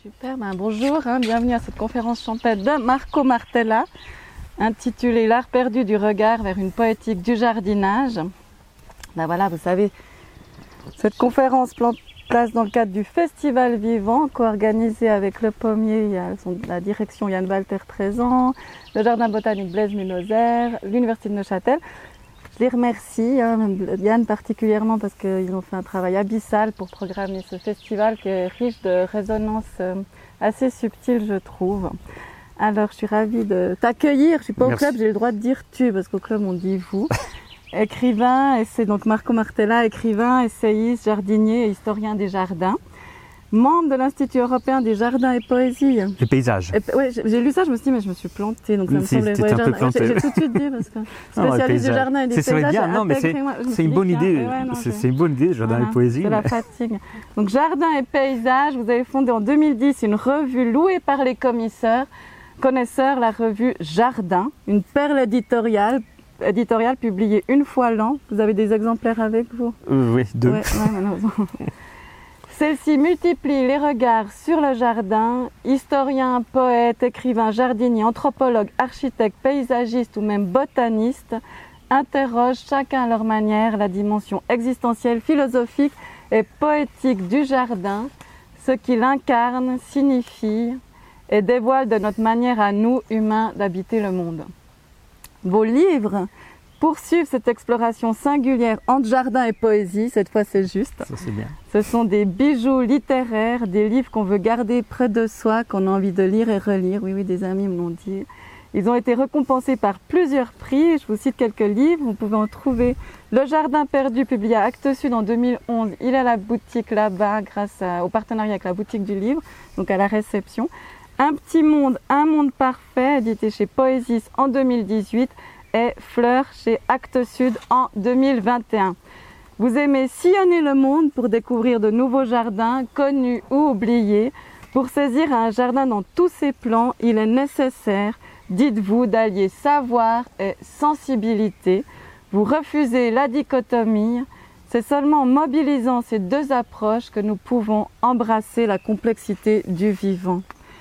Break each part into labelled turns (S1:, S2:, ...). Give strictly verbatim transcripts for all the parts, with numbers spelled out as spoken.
S1: Super, ben bonjour, hein, bienvenue à cette conférence champêtre de Marco Martella, intitulée L'art perdu du regard vers une poétique du jardinage. Ben voilà, vous savez, cette conférence prend place dans le cadre du Festival Vivant, co-organisé avec le Pommier, il y a la direction Yann Walter Trézan, le Jardin botanique Blaise Munozer, l'Université de Neuchâtel. Je les remercie, hein, Yann particulièrement, parce qu'ils ont fait un travail abyssal pour programmer ce festival qui est riche de résonances assez subtiles, je trouve. Alors, je suis ravie de t'accueillir. Je ne suis pas au
S2: Merci.
S1: club, j'ai le droit de dire tu, parce qu'au club, on dit vous. Écrivain, et c'est donc Marco Martella, écrivain, essayiste, jardinier et historien des jardins. Membre de l'Institut européen des jardins et poésie.
S2: Les paysages.
S1: Et, ouais, j'ai lu ça, je me suis dit, mais je me suis plantée. Donc ça me
S2: Si,
S1: semblait.
S2: tu
S1: Ouais,
S2: t'es un peu
S1: jardin-
S2: planté.
S1: J'ai j'ai tout de suite dit, parce que spécialiste du jardin et des
S2: C'est c'est
S1: paysages.
S2: bien, non, mais c'est
S1: intégrez-moi. Je me
S2: c'est
S1: suis
S2: une
S1: dit,
S2: bonne
S1: tiens,
S2: idée.
S1: ouais, non,
S2: C'est
S1: je-
S2: c'est une bonne idée, jardin
S1: Voilà,
S2: et poésie.
S1: c'est la
S2: mais-
S1: fatigue. Donc Jardin et paysage, vous avez fondé en deux mille dix une revue louée par les commissaires, connaisseurs, la revue Jardin, une perle éditoriale, éditoriale publiée une fois l'an. Vous avez des exemplaires avec vous?
S2: Euh, oui, deux.
S1: Ouais, ouais, malheureusement. Celle-ci multiplie les regards sur le jardin. Historien, poète, écrivain, jardinier, anthropologue, architecte, paysagiste ou même botaniste interrogent chacun à leur manière la dimension existentielle, philosophique et poétique du jardin, ce qu'il incarne, signifie et dévoile de notre manière à nous, humains, d'habiter le monde. Vos livres poursuivent cette exploration singulière entre jardin et poésie, cette fois c'est juste.
S2: Ça, c'est bien.
S1: Ce sont des bijoux littéraires, des livres qu'on veut garder près de soi, qu'on a envie de lire et relire. Oui, oui, des amis me l'ont dit. Ils ont été récompensés par plusieurs prix. Je vous cite quelques livres. Vous pouvez en trouver. Le Jardin perdu, publié à Actes Sud en deux mille onze. Il est à la boutique là-bas, grâce à- au partenariat avec la boutique du livre, donc à la réception. Un petit monde, un monde parfait, édité chez Poésis en deux mille dix-huit. Et Fleurs chez Actes Sud en deux mille vingt et un. Vous aimez sillonner le monde pour découvrir de nouveaux jardins, connus ou oubliés. Pour saisir un jardin dans tous ses plans, il est nécessaire, dites-vous, d'allier savoir et sensibilité. Vous refusez la dichotomie. C'est seulement en mobilisant ces deux approches que nous pouvons embrasser la complexité du vivant.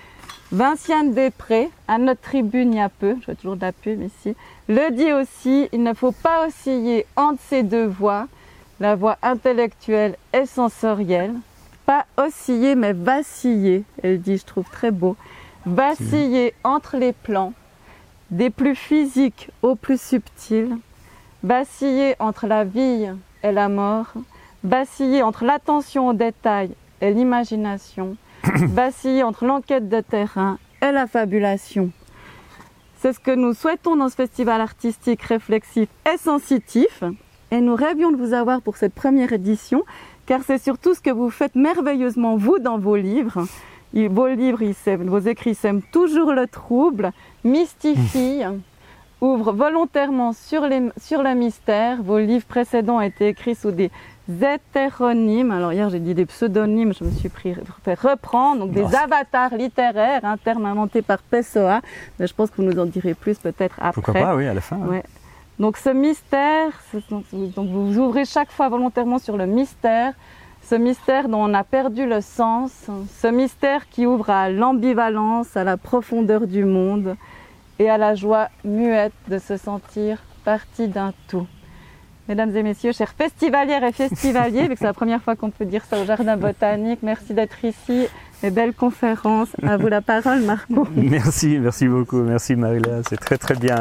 S1: Vinciane Després, à notre tribune il y a peu, je vois toujours de la pub ici, le dit aussi, il ne faut pas osciller entre ces deux voies, la voie intellectuelle et sensorielle. Pas osciller, mais vaciller, elle dit, je trouve très beau. Vaciller entre les plans, des plus physiques aux plus subtils. Vaciller entre la vie et la mort. Vaciller entre l'attention aux détails et l'imagination. Vaciller entre l'enquête de terrain et la fabulation. C'est ce que nous souhaitons dans ce festival artistique réflexif et sensitif. Et nous rêvions de vous avoir pour cette première édition, car c'est surtout ce que vous faites merveilleusement, vous, dans vos livres. Il- Vos livres, ils sèment- vos écrits sèment toujours le trouble, mystifient, ouvrent volontairement sur, les, sur le mystère. Vos livres précédents ont été écrits sous des hétéronymes. Alors hier j'ai dit des pseudonymes, je me suis pris, fait reprendre, donc des
S2: Non.
S1: avatars littéraires, un terme inventé par Pessoa. Mais je pense que vous nous en direz plus peut-être après.
S2: Pourquoi pas, oui, à la fin. hein.
S1: Ouais. Donc ce mystère, ce sont- donc vous vous ouvrez chaque fois volontairement sur le mystère, ce mystère dont on a perdu le sens, ce mystère qui ouvre à l'ambivalence, à la profondeur du monde et à la joie muette de se sentir partie d'un tout. Mesdames et messieurs, chers festivalières et festivaliers, vu que c'est la première fois qu'on peut dire ça au Jardin botanique, merci d'être ici et belle conférence. À vous la parole, Marco.
S2: Merci, merci beaucoup. Merci Marie-Léa, c'est très très bien.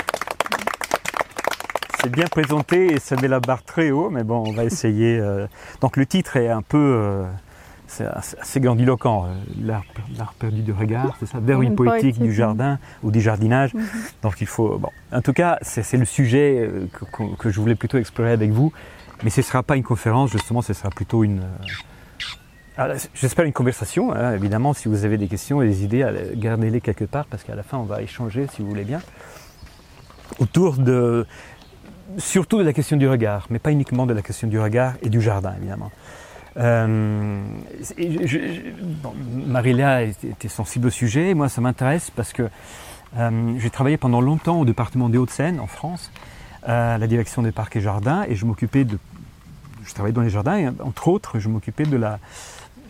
S2: C'est bien présenté et ça met la barre très haut, mais bon, on va essayer. euh. Donc le titre est un peu, euh, c'est assez assez grandiloquent. euh, L'art l'art perdu du regard, c'est ça, vers
S1: Une
S2: une poétique
S1: poétique,
S2: du
S1: oui.
S2: jardin ou du jardinage.
S1: Mhm.
S2: Donc il faut, bon, en tout cas, c'est c'est le sujet euh, que, que- que je voulais plutôt explorer avec vous, mais ce ne sera pas une conférence, justement, ce sera plutôt une, euh, alors, j'espère une conversation. Hein, évidemment, si vous avez des questions et des idées, allez, gardez-les quelque part, parce qu'à la fin, on va échanger, si vous voulez bien, autour de, surtout de la question du regard, mais pas uniquement de la question du regard et du jardin, évidemment. Euh, et je- je- bon, Marie-Léa était sensible au sujet, et moi ça m'intéresse parce que euh, j'ai travaillé pendant longtemps au département des Hauts-de-Seine, en France, à la direction des parcs et jardins, et je m'occupais de... Je travaillais dans les jardins, et entre autres, je m'occupais de la...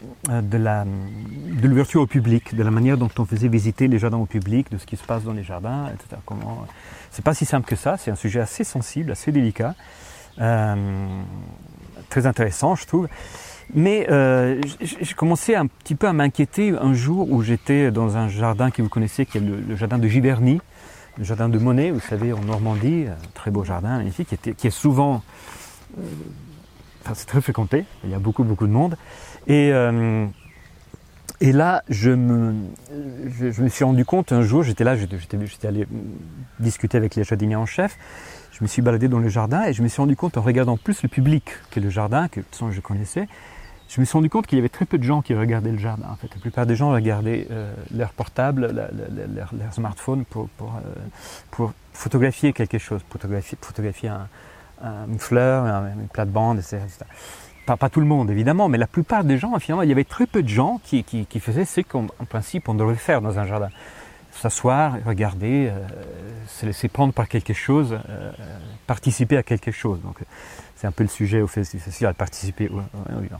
S2: de, la, de l'ouverture au public, de la manière dont on faisait visiter les jardins au public, de ce qui se passe dans les jardins, et cetera. Comment... C'est pas si simple que ça, c'est un sujet assez sensible, assez délicat, euh, très intéressant je trouve. Mais euh, j'ai commencé un petit peu à m'inquiéter un jour où j'étais dans un jardin que vous connaissez, qui est le, le jardin de Giverny, le jardin de Monet, vous savez, en Normandie, un très beau jardin, magnifique, qui, était, qui est souvent... Euh, enfin, c'est très fréquenté, il y a beaucoup, beaucoup de monde. Et, euh, et là, je me, je, je me suis rendu compte un jour, j'étais là, j'étais, j'étais, j'étais allé discuter avec les jardiniers en chef, je me suis baladé dans le jardin et je me suis rendu compte, en regardant plus le public que le jardin, que de toute façon je connaissais, je me suis rendu compte qu'il y avait très peu de gens qui regardaient le jardin. En fait, la plupart des gens regardaient euh, leur portable, la, la, leur, leur smartphone pour, pour, euh, pour photographier quelque chose, photographier, photographier un, un, une fleur, un, une plate-bande, et cetera, et cetera. Pas, pas tout le monde évidemment, mais la plupart des gens, finalement, il y avait très peu de gens qui, qui, qui faisaient ce qu'en principe on devrait faire dans un jardin. S'asseoir, regarder, euh, se laisser prendre par quelque chose, euh, participer à quelque chose. Donc, c'est un peu le sujet au festival, participer. Ouais, ouais, ouais.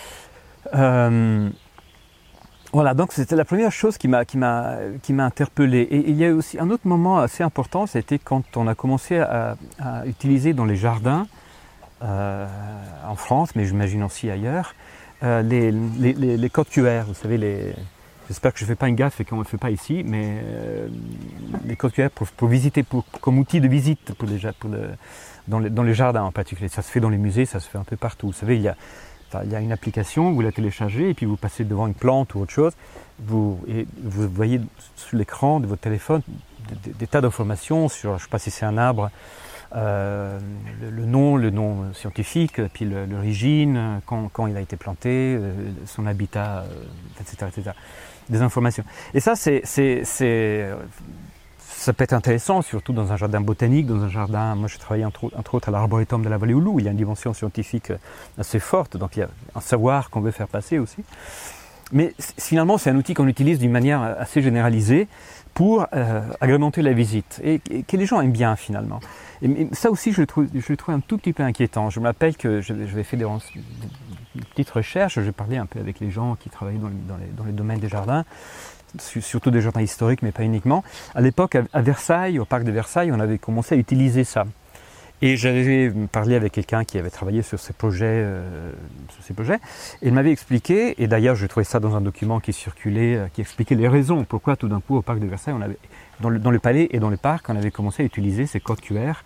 S2: Euh, voilà, donc c'était la première chose qui m'a, qui m'a, qui m'a interpellé. Et il y a aussi un autre moment assez important, c'était quand on a commencé à, à utiliser dans les jardins, euh, en France, mais j'imagine aussi ailleurs, euh, les, les, les, les codes Q R, vous savez, les... J'espère que je ne fais pas une gaffe et qu'on ne le fait pas ici, mais euh, les codes Q R pour, pour visiter, pour, comme outil de visite pour les, pour le, dans, les, dans les jardins en particulier. Ça se fait dans les musées, ça se fait un peu partout. Vous savez, il y a, enfin, il y a une application, vous la téléchargez et puis vous passez devant une plante ou autre chose. Vous, et vous voyez sur l'écran de votre téléphone des, des, des tas d'informations sur, je ne sais pas si c'est un arbre, euh, le, le nom, le nom scientifique, puis le, l'origine, quand, quand il a été planté, euh, son habitat, euh, et cetera, et cetera. Des informations. Et ça, c'est, c'est, c'est, ça peut être intéressant, surtout dans un jardin botanique, dans un jardin... Moi, je travaillais entre, entre autres à l'arboretum de la Vallée aux Loups, où il y a une dimension scientifique assez forte, donc il y a un savoir qu'on veut faire passer aussi. Mais finalement, c'est un outil qu'on utilise d'une manière assez généralisée pour euh, agrémenter la visite, et, et que les gens aiment bien finalement. Et, et ça aussi, je le, trouve, je le trouve un tout petit peu inquiétant. Je me rappelle que j'avais fait des, des petites recherches, j'ai parlé un peu avec les gens qui travaillaient dans, dans, les, dans les domaines des jardins, surtout des jardins historiques, mais pas uniquement. À l'époque, à, à Versailles, au parc de Versailles, on avait commencé à utiliser ça. Et j'avais parlé avec quelqu'un qui avait travaillé sur ces projets, euh, sur ces projets, et il m'avait expliqué, et d'ailleurs je trouvais ça dans un document qui circulait, euh, qui expliquait les raisons pourquoi tout d'un coup au parc de Versailles, on avait, dans, le, dans le palais et dans le parc, on avait commencé à utiliser ces codes Q R.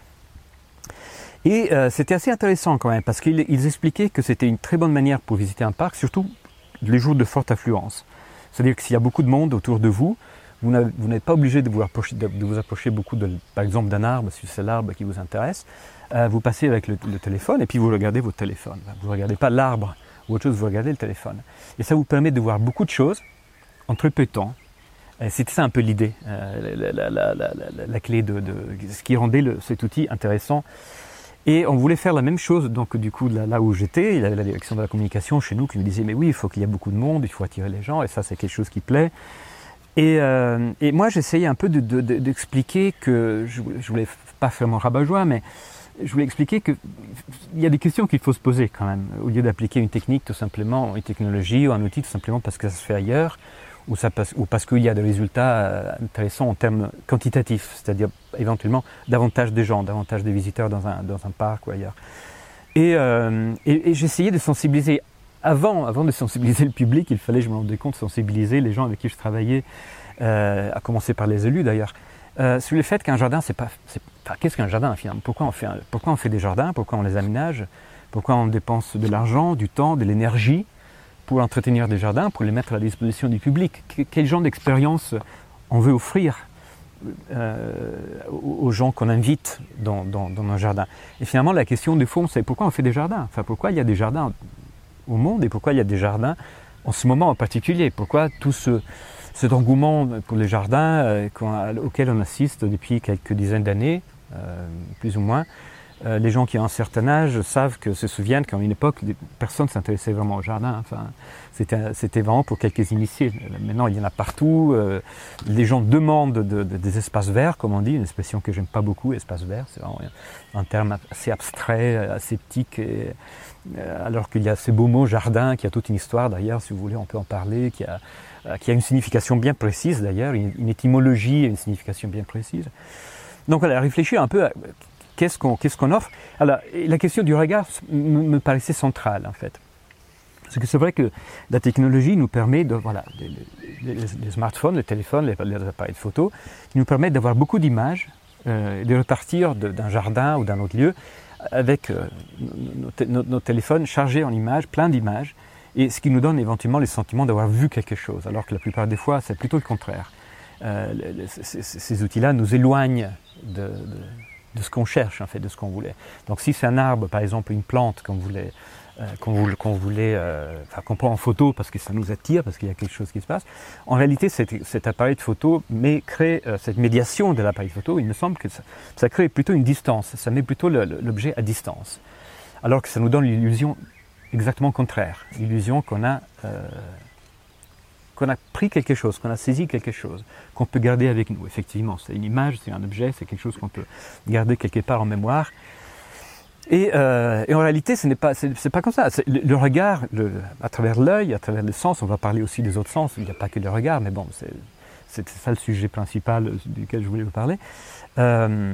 S2: Et euh, c'était assez intéressant quand même, parce qu'ils ils expliquaient que c'était une très bonne manière pour visiter un parc, surtout les jours de forte affluence. C'est-à-dire que s'il y a beaucoup de monde autour de vous, Vous, vous n'êtes pas obligé de vous approcher, de, de vous approcher beaucoup, de, par exemple, d'un arbre, si c'est l'arbre qui vous intéresse. Euh, vous passez avec le, le téléphone et puis vous regardez votre téléphone. Vous ne regardez pas l'arbre ou autre chose, vous regardez le téléphone. Et ça vous permet de voir beaucoup de choses en très peu de temps. Et c'était ça un peu l'idée, euh, la, la, la, la, la, la clé de, de ce qui rendait le, cet outil intéressant. Et on voulait faire la même chose, donc du coup là, là où j'étais, il y avait la direction de la communication chez nous qui nous disait mais oui, il faut qu'il y ait beaucoup de monde, il faut attirer les gens, et ça c'est quelque chose qui plaît. Et, euh, et moi, j'essayais un peu de, de, de, d'expliquer que, je ne voulais pas faire mon rabat-joie, mais je voulais expliquer qu'il y a des questions qu'il faut se poser quand même, au lieu d'appliquer une technique tout simplement, une technologie ou un outil tout simplement parce que ça se fait ailleurs, ou, ça passe, ou parce qu'il y a des résultats intéressants en termes quantitatifs, c'est-à-dire éventuellement davantage de gens, davantage de visiteurs dans un, dans un parc ou ailleurs. Et, euh, et, et j'essayais de sensibiliser. Avant, avant de sensibiliser le public, il fallait, je me rendais compte, sensibiliser les gens avec qui je travaillais, euh, à commencer par les élus d'ailleurs, euh, sur le fait qu'un jardin, c'est pas, c'est, enfin, qu'est-ce qu'un jardin finalement ? Pourquoi on fait, un, pourquoi on fait des jardins ? Pourquoi on les aménage ? Pourquoi on dépense de l'argent, du temps, de l'énergie pour entretenir des jardins, pour les mettre à la disposition du public ? Quel genre d'expérience on veut offrir euh, aux gens qu'on invite dans, dans, dans un jardin ? Et finalement, la question de fond, c'est pourquoi on fait des jardins ? Enfin, pourquoi il y a des jardins au monde et pourquoi il y a des jardins en ce moment en particulier, pourquoi tout ce, cet engouement pour les jardins euh, auquel on assiste depuis quelques dizaines d'années, euh, plus ou moins, Euh, les gens qui ont un certain âge savent que se souviennent qu'à une époque, personne ne s'intéressait vraiment au jardin. Enfin, c'était, c'était vraiment pour quelques initiés. Maintenant, il y en a partout. Euh, les gens demandent de, de, des espaces verts, comme on dit, une expression que j'aime pas beaucoup, espace vert. C'est vraiment un terme assez abstrait, aseptique, et, euh, alors qu'il y a ce beau mot jardin, qui a toute une histoire d'ailleurs, si vous voulez, on peut en parler, qui a, euh, qui a une signification bien précise d'ailleurs, une, une étymologie et une signification bien précise. Donc voilà, réfléchir un peu à Qu'est-ce qu'on, qu'est-ce qu'on offre? Alors, la question du regard me, me paraissait centrale, en fait. Parce que c'est vrai que la technologie nous permet de, voilà, les, les, les smartphones, les téléphones, les, les appareils de photo, nous permettent d'avoir beaucoup d'images, euh, de repartir de, d'un jardin ou d'un autre lieu avec euh, nos, nos, nos téléphones chargés en images, plein d'images, et ce qui nous donne éventuellement le sentiment d'avoir vu quelque chose, alors que la plupart des fois, c'est plutôt le contraire. Euh, les, ces, ces outils-là nous éloignent de, de de ce qu'on cherche, en fait, de ce qu'on voulait. Donc si c'est un arbre, par exemple, une plante qu'on voulait, euh, qu'on voulait, qu'on, voulait euh, enfin, qu'on prend en photo parce que ça nous attire, parce qu'il y a quelque chose qui se passe, en réalité, cet, cet appareil de photo mais crée euh, cette médiation de l'appareil de photo, il me semble que ça, ça crée plutôt une distance, ça met plutôt le, l'objet à distance. Alors que ça nous donne l'illusion exactement contraire, l'illusion qu'on a... Euh, qu'on a pris quelque chose, qu'on a saisi quelque chose, qu'on peut garder avec nous. Effectivement, c'est une image, c'est un objet, c'est quelque chose qu'on peut garder quelque part en mémoire. Et, euh, et en réalité, ce n'est pas, c'est, c'est pas comme ça. C'est le, le regard, le, à travers l'œil, à travers le sens, on va parler aussi des autres sens, il n'y a pas que le regard, mais bon, c'est, c'est ça le sujet principal duquel je voulais vous parler. Euh,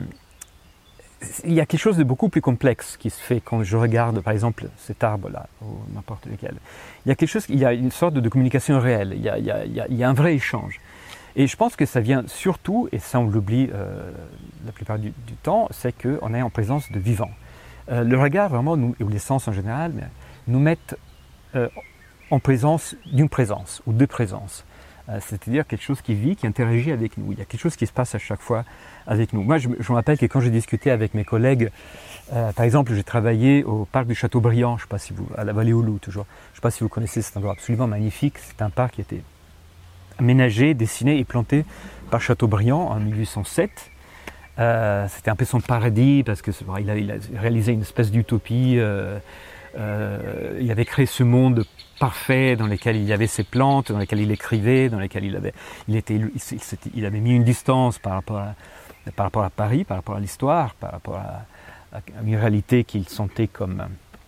S2: il y a quelque chose de beaucoup plus complexe qui se fait quand je regarde, par exemple, cet arbre-là, ou n'importe lequel. Il y a quelque chose, il y a une sorte de communication réelle, il y a, il y a, il y a, il y a un vrai échange. Et je pense que ça vient surtout, et ça on l'oublie euh, la plupart du, du temps, c'est qu'on est en présence de vivants. Euh, le regard, vraiment, nous, ou les sens en général, nous mettent euh, en présence d'une présence, ou deux présences. Euh, c'est-à-dire quelque chose qui vit, qui interagit avec nous. Il y a quelque chose qui se passe à chaque fois avec nous. Moi, je, je me rappelle que quand j'ai discuté avec mes collègues, euh, par exemple, j'ai travaillé au parc du Châteaubriand, je sais pas si vous, à la vallée aux Loups toujours. Je ne sais pas si vous connaissez cet endroit absolument magnifique. C'est un parc qui a été aménagé, dessiné et planté par Chateaubriand en mille huit cent sept. Euh, c'était un peu son paradis parce que il a, il a réalisé une espèce d'utopie. Euh, euh, il avait créé ce monde parfait dans lequel il y avait ses plantes, dans lequel il écrivait, dans lequel il avait, il était, il, il, il avait mis une distance par rapport à par rapport à Paris, par rapport à l'histoire, par rapport à, à une réalité qu'il sentait comme,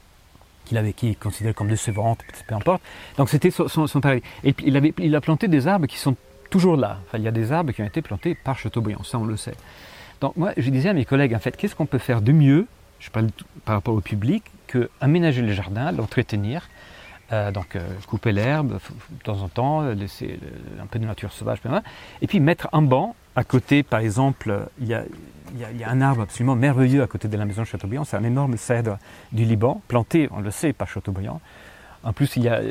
S2: qu'il avait, qu'il considérait comme décevante, peu importe. Donc c'était son, son, son paradis. Et il, avait, il a planté des arbres qui sont toujours là. Enfin, il y a des arbres qui ont été plantés par Chateaubriand, ça on le sait. Donc moi, je disais à mes collègues, en fait, qu'est-ce qu'on peut faire de mieux, je parle par rapport au public, que aménager le jardin, l'entretenir, Euh, donc euh, couper l'herbe de temps en temps, laisser un peu de nature sauvage, et puis mettre un banc à côté. Par exemple, il y a, il y a, il y a un arbre absolument merveilleux à côté de la maison de Chateaubriand, c'est un énorme cèdre du Liban, planté, on le sait, par Chateaubriand. En plus, il y a,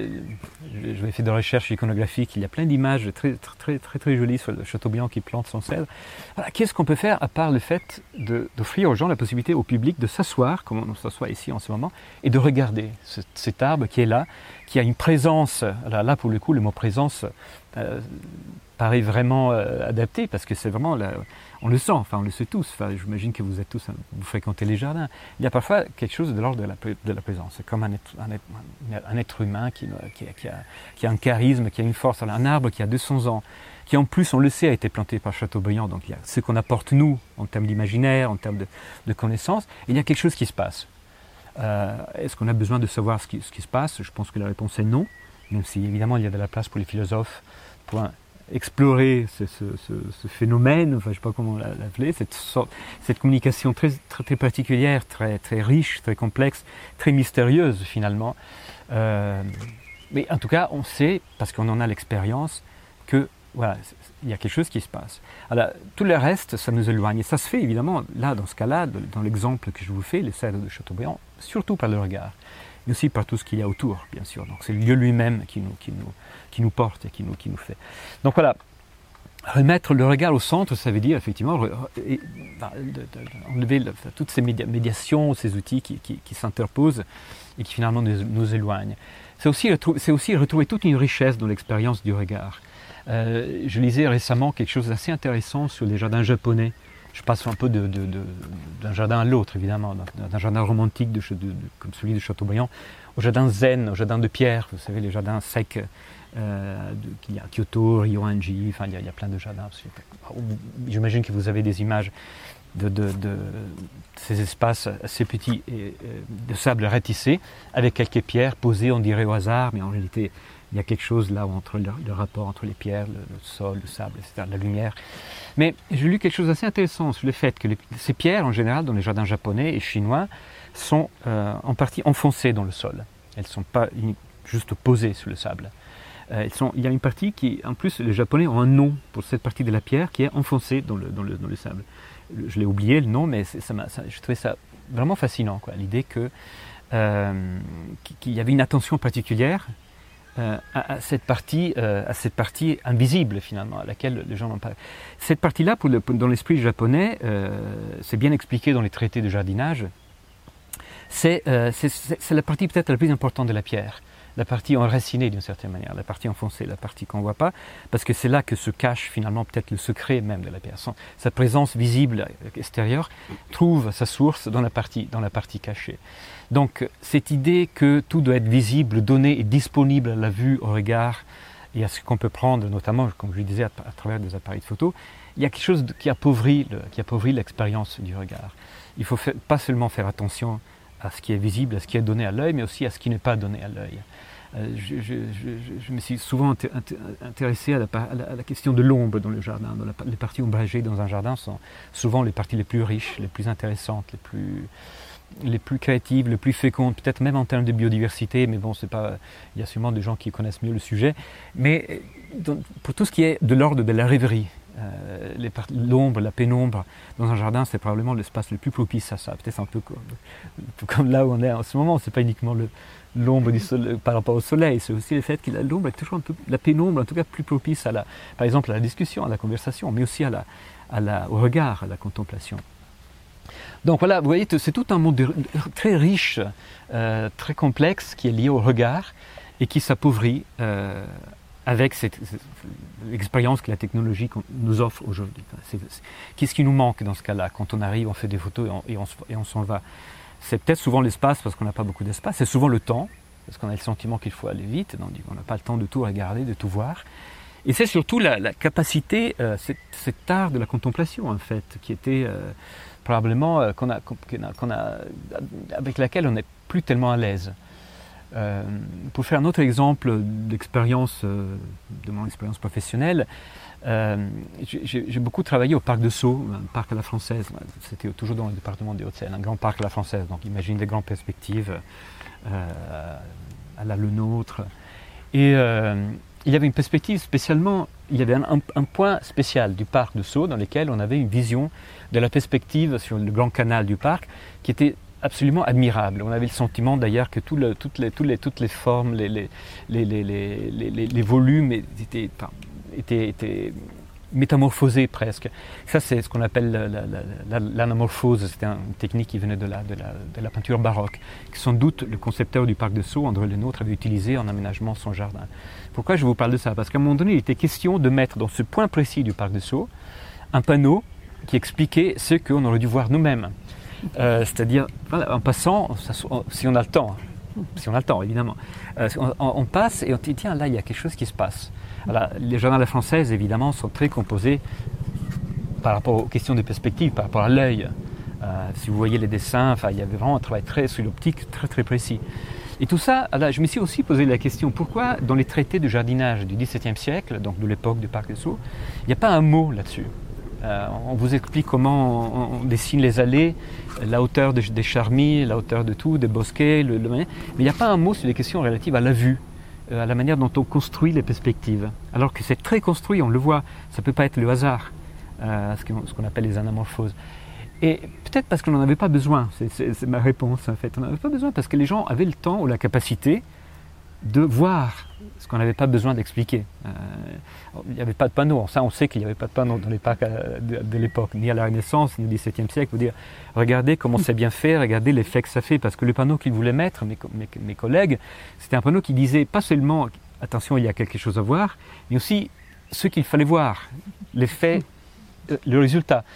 S2: je vais faire des recherches iconographiques, il y a plein d'images très très très très, très jolies sur le Chateaubriand qui plante son cèdre. Voilà, qu'est-ce qu'on peut faire à part le fait de, d'offrir aux gens la possibilité, au public, de s'asseoir, comme on s'assoit ici en ce moment, et de regarder ce, cet arbre qui est là, qui a une présence. Là, là pour le coup, le mot présence euh, paraît vraiment euh, adapté parce que c'est vraiment, la, on le sent, enfin on le sait tous. Enfin, j'imagine que vous êtes tous, vous fréquentez les jardins. Il y a parfois quelque chose de l'ordre de la, de la présence. C'est comme un être, un être, un être humain qui, qui, qui, a, qui a un charisme, qui a une force. Alors, un arbre qui a deux cents ans, qui en plus, on le sait, a été planté par Chateaubriand. Donc il y a ce qu'on apporte nous en termes d'imaginaire, en termes de, de connaissances. Et il y a quelque chose qui se passe. Euh, est-ce qu'on a besoin de savoir ce qui, ce qui se passe? Je pense que la réponse est non, même si évidemment il y a de la place pour les philosophes pour un, explorer ce, ce, ce, ce phénomène, enfin je ne sais pas comment l'appeler, cette, sorte, cette communication très, très, très particulière, très, très riche, très complexe, très mystérieuse finalement. Euh, mais en tout cas, on sait, parce qu'on en a l'expérience, que voilà, il y a quelque chose qui se passe. Alors, tout le reste, ça nous éloigne. Et ça se fait évidemment, là, dans ce cas-là, dans l'exemple que je vous fais, les cèdres de Chateaubriand, surtout par le regard, mais aussi par tout ce qu'il y a autour, bien sûr. Donc c'est le lieu lui-même qui nous, qui nous, qui nous porte et qui nous, qui nous fait. Donc voilà, remettre le regard au centre, ça veut dire effectivement et, bah, de, de, de, enlever le, toutes ces média, médiations, ces outils qui, qui, qui s'interposent et qui finalement nous, nous éloignent. C'est aussi, c'est aussi retrouver toute une richesse dans l'expérience du regard. Euh, je lisais récemment quelque chose d'assez intéressant sur les jardins japonais. je passe un peu de, de, de, d'un jardin à l'autre, évidemment, d'un, d'un jardin romantique de, de, de, comme celui de Chateaubriand, au jardin zen, au jardin de pierre, vous savez, les jardins secs euh, de, qu'il y a à Kyoto, Ryoanji, enfin il y, a, il y a plein de jardins. J'imagine que vous avez des images de, de, de ces espaces assez petits et, de sable ratissé, avec quelques pierres posées, on dirait au hasard, mais en réalité il y a quelque chose là entre le, le rapport entre les pierres, le, le sol, le sable, et cetera, la lumière. Mais j'ai lu quelque chose d'assez intéressant sur le fait que les, ces pierres, en général, dans les jardins japonais et chinois, sont euh, en partie enfoncées dans le sol. Elles ne sont pas juste posées sur le sable. Euh, elles sont, il y a une partie qui, en plus, les Japonais ont un nom pour cette partie de la pierre qui est enfoncée dans le, dans le, dans le sable. Je l'ai oublié le nom, mais ça m'a, ça, je trouvais ça vraiment fascinant, quoi, l'idée que, euh, qu'il y avait une attention particulière Euh, à, à, cette partie, euh, à cette partie invisible finalement, à laquelle les gens n'ont pas. Cette partie-là, pour le, pour, dans l'esprit japonais, euh, c'est bien expliqué dans les traités de jardinage, c'est, euh, c'est, c'est, c'est la partie peut-être la plus importante de la pierre, la partie enracinée d'une certaine manière, la partie enfoncée, la partie qu'on ne voit pas, parce que c'est là que se cache finalement peut-être le secret même de la pierre. Son, sa présence visible extérieure trouve sa source dans la partie, dans la partie cachée. Donc cette idée que tout doit être visible, donné et disponible à la vue, au regard et à ce qu'on peut prendre, notamment, comme je le disais, à, à travers des appareils de photo, il y a quelque chose de, qui, appauvrit le, qui appauvrit l'expérience du regard. Il ne faut faire, pas seulement faire attention à ce qui est visible, à ce qui est donné à l'œil, mais aussi à ce qui n'est pas donné à l'œil. Euh, je, je, je, je me suis souvent inté- intéressé à la, à, la, à la question de l'ombre dans le jardin. Dans la, les parties ombragées dans un jardin sont souvent les parties les plus riches, les plus intéressantes, les plus... les plus créatives, les plus fécondes, peut-être même en termes de biodiversité, mais bon, c'est pas, il y a sûrement des gens qui connaissent mieux le sujet. Mais donc, pour tout ce qui est de l'ordre de la rêverie, euh, les part- l'ombre, la pénombre dans un jardin, c'est probablement l'espace le plus propice à ça. Peut-être un peu comme, comme là où on est en ce moment, c'est pas uniquement le, l'ombre du soleil, par rapport au soleil, c'est aussi le fait que la, l'ombre est toujours un peu, la pénombre en tout cas plus propice à la, par exemple à la discussion, à la conversation, mais aussi à la, à la, au regard, à la contemplation. Donc voilà, vous voyez, c'est tout un monde très riche, euh, très complexe, qui est lié au regard et qui s'appauvrit euh, avec cette, cette, l'expérience que la technologie nous offre aujourd'hui. C'est, c'est, qu'est-ce qui nous manque dans ce cas-là? Quand on arrive, on fait des photos et on, et on, et on s'en va. C'est peut-être souvent l'espace parce qu'on n'a pas beaucoup d'espace, c'est souvent le temps, parce qu'on a le sentiment qu'il faut aller vite, donc on n'a pas le temps de tout regarder, de tout voir. Et c'est surtout la, la capacité, euh, cet, cet art de la contemplation en fait, qui était... Euh, probablement euh, qu'on a, qu'on a, qu'on a, avec laquelle on n'est plus tellement à l'aise. Euh, pour faire un autre exemple d'expérience, euh, de mon expérience professionnelle, euh, j'ai, j'ai beaucoup travaillé au parc de Sceaux, un parc à la française, c'était toujours dans le département des Hauts-de-Seine, un grand parc à la française, donc imagine des grandes perspectives euh, à la le nôtre. Et euh, il y avait une perspective spécialement, il y avait un, un, un point spécial du parc de Sceaux dans lequel on avait une vision de la perspective sur le grand canal du parc qui était absolument admirable. On avait le sentiment d'ailleurs que tout le, toutes, les, toutes, les, toutes les formes, les, les, les, les, les, les, les volumes étaient, enfin, étaient, étaient métamorphosés presque. Ça c'est ce qu'on appelle la, la, la, l'anamorphose, c'était une technique qui venait de la, de, la, de la peinture baroque, que sans doute le concepteur du parc de Sceaux, André Lenôtre, avait utilisé en aménagement de son jardin. Pourquoi je vous parle de ça? Parce qu'à un moment donné, il était question de mettre dans ce point précis du parc de Sceaux un panneau qui expliquait ce qu'on aurait dû voir nous-mêmes. Euh, c'est-à-dire, voilà, en passant, si on a le temps, si on a le temps évidemment, euh, on, on passe et on dit tiens, là il y a quelque chose qui se passe. Alors, les jardins à la française évidemment sont très composés par rapport aux questions de perspective, par rapport à l'œil. Euh, si vous voyez les dessins, enfin, il y avait vraiment un travail très sur l'optique, très très précis. Et tout ça, alors, je me suis aussi posé la question, pourquoi dans les traités de jardinage du dix-septième siècle, donc de l'époque du parc de Sceaux, il n'y a pas un mot là-dessus? Euh, on vous explique comment on, on dessine les allées, la hauteur de, des charmilles, la hauteur de tout, des bosquets, le, le, mais il n'y a pas un mot sur les questions relatives à la vue, euh, à la manière dont on construit les perspectives. Alors que c'est très construit, on le voit, ça ne peut pas être le hasard, euh, ce, qu'on, ce qu'on appelle les anamorphoses. Et peut-être parce qu'on n'en avait pas besoin, c'est, c'est, c'est ma réponse en fait, on n'en avait pas besoin parce que les gens avaient le temps ou la capacité de voir ce qu'on n'avait pas besoin d'expliquer. Euh, il n'y avait pas de panneau, ça on sait qu'il n'y avait pas de panneau dans les parcs de, de l'époque, ni à la Renaissance, ni au dix-septième siècle, pour dire regardez comment c'est bien fait, regardez l'effet que ça fait, parce que le panneau qu'ils voulaient mettre, mes, mes, mes collègues, c'était un panneau qui disait pas seulement attention il y a quelque chose à voir, mais aussi ce qu'il fallait voir, l'effet, euh, le résultat.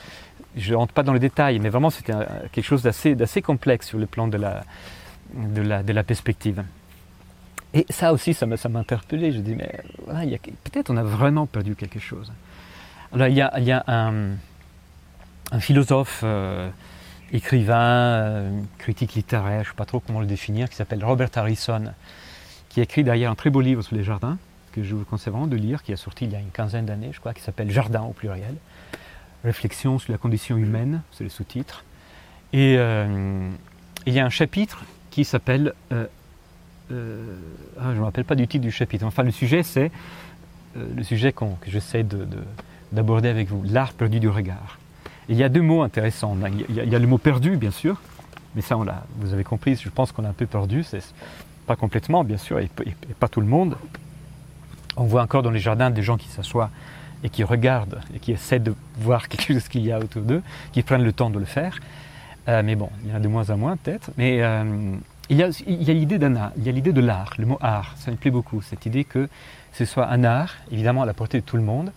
S2: je ne rentre pas dans les détails, mais vraiment c'était un, quelque chose d'assez, d'assez complexe sur le plan de la, de la, de la perspective. Et ça aussi, ça m'a, ça m'a interpellé. Je dis, mais voilà, il y a, peut-être on a vraiment perdu quelque chose. Alors il y a, il y a un, un philosophe, euh, écrivain, euh, critique littéraire, je ne sais pas trop comment le définir, qui s'appelle Robert Harrison, qui a écrit d'ailleurs un très beau livre sur les jardins, que je vous conseille vraiment de lire, qui est sorti il y a une quinzaine d'années, je crois, qui s'appelle Jardin au pluriel. Réflexion sur la condition humaine, c'est le sous-titre. Et euh, il y a un chapitre qui s'appelle... Euh, euh, ah, je ne me rappelle pas du titre du chapitre. Enfin, le sujet, c'est euh, le sujet qu'on, que j'essaie de, de, d'aborder avec vous, l'art perdu du regard. Et il y a deux mots intéressants. Il y a, il y a le mot perdu, bien sûr, mais ça, on l'a, vous avez compris, je pense qu'on l'a un peu perdu. C'est pas complètement, bien sûr, et, et, et pas tout le monde. On voit encore dans les jardins des gens qui s'assoient et qui regardent et qui essaient de voir quelque chose qu'il y a autour d'eux, qui prennent le temps de le faire. Euh, mais bon, il y en a de moins en moins peut-être. Mais euh, il y a, il y a l'idée d'un art, il y a l'idée de l'art, le mot art, ça me plaît beaucoup, cette idée que ce soit un art, évidemment à la portée de tout le monde.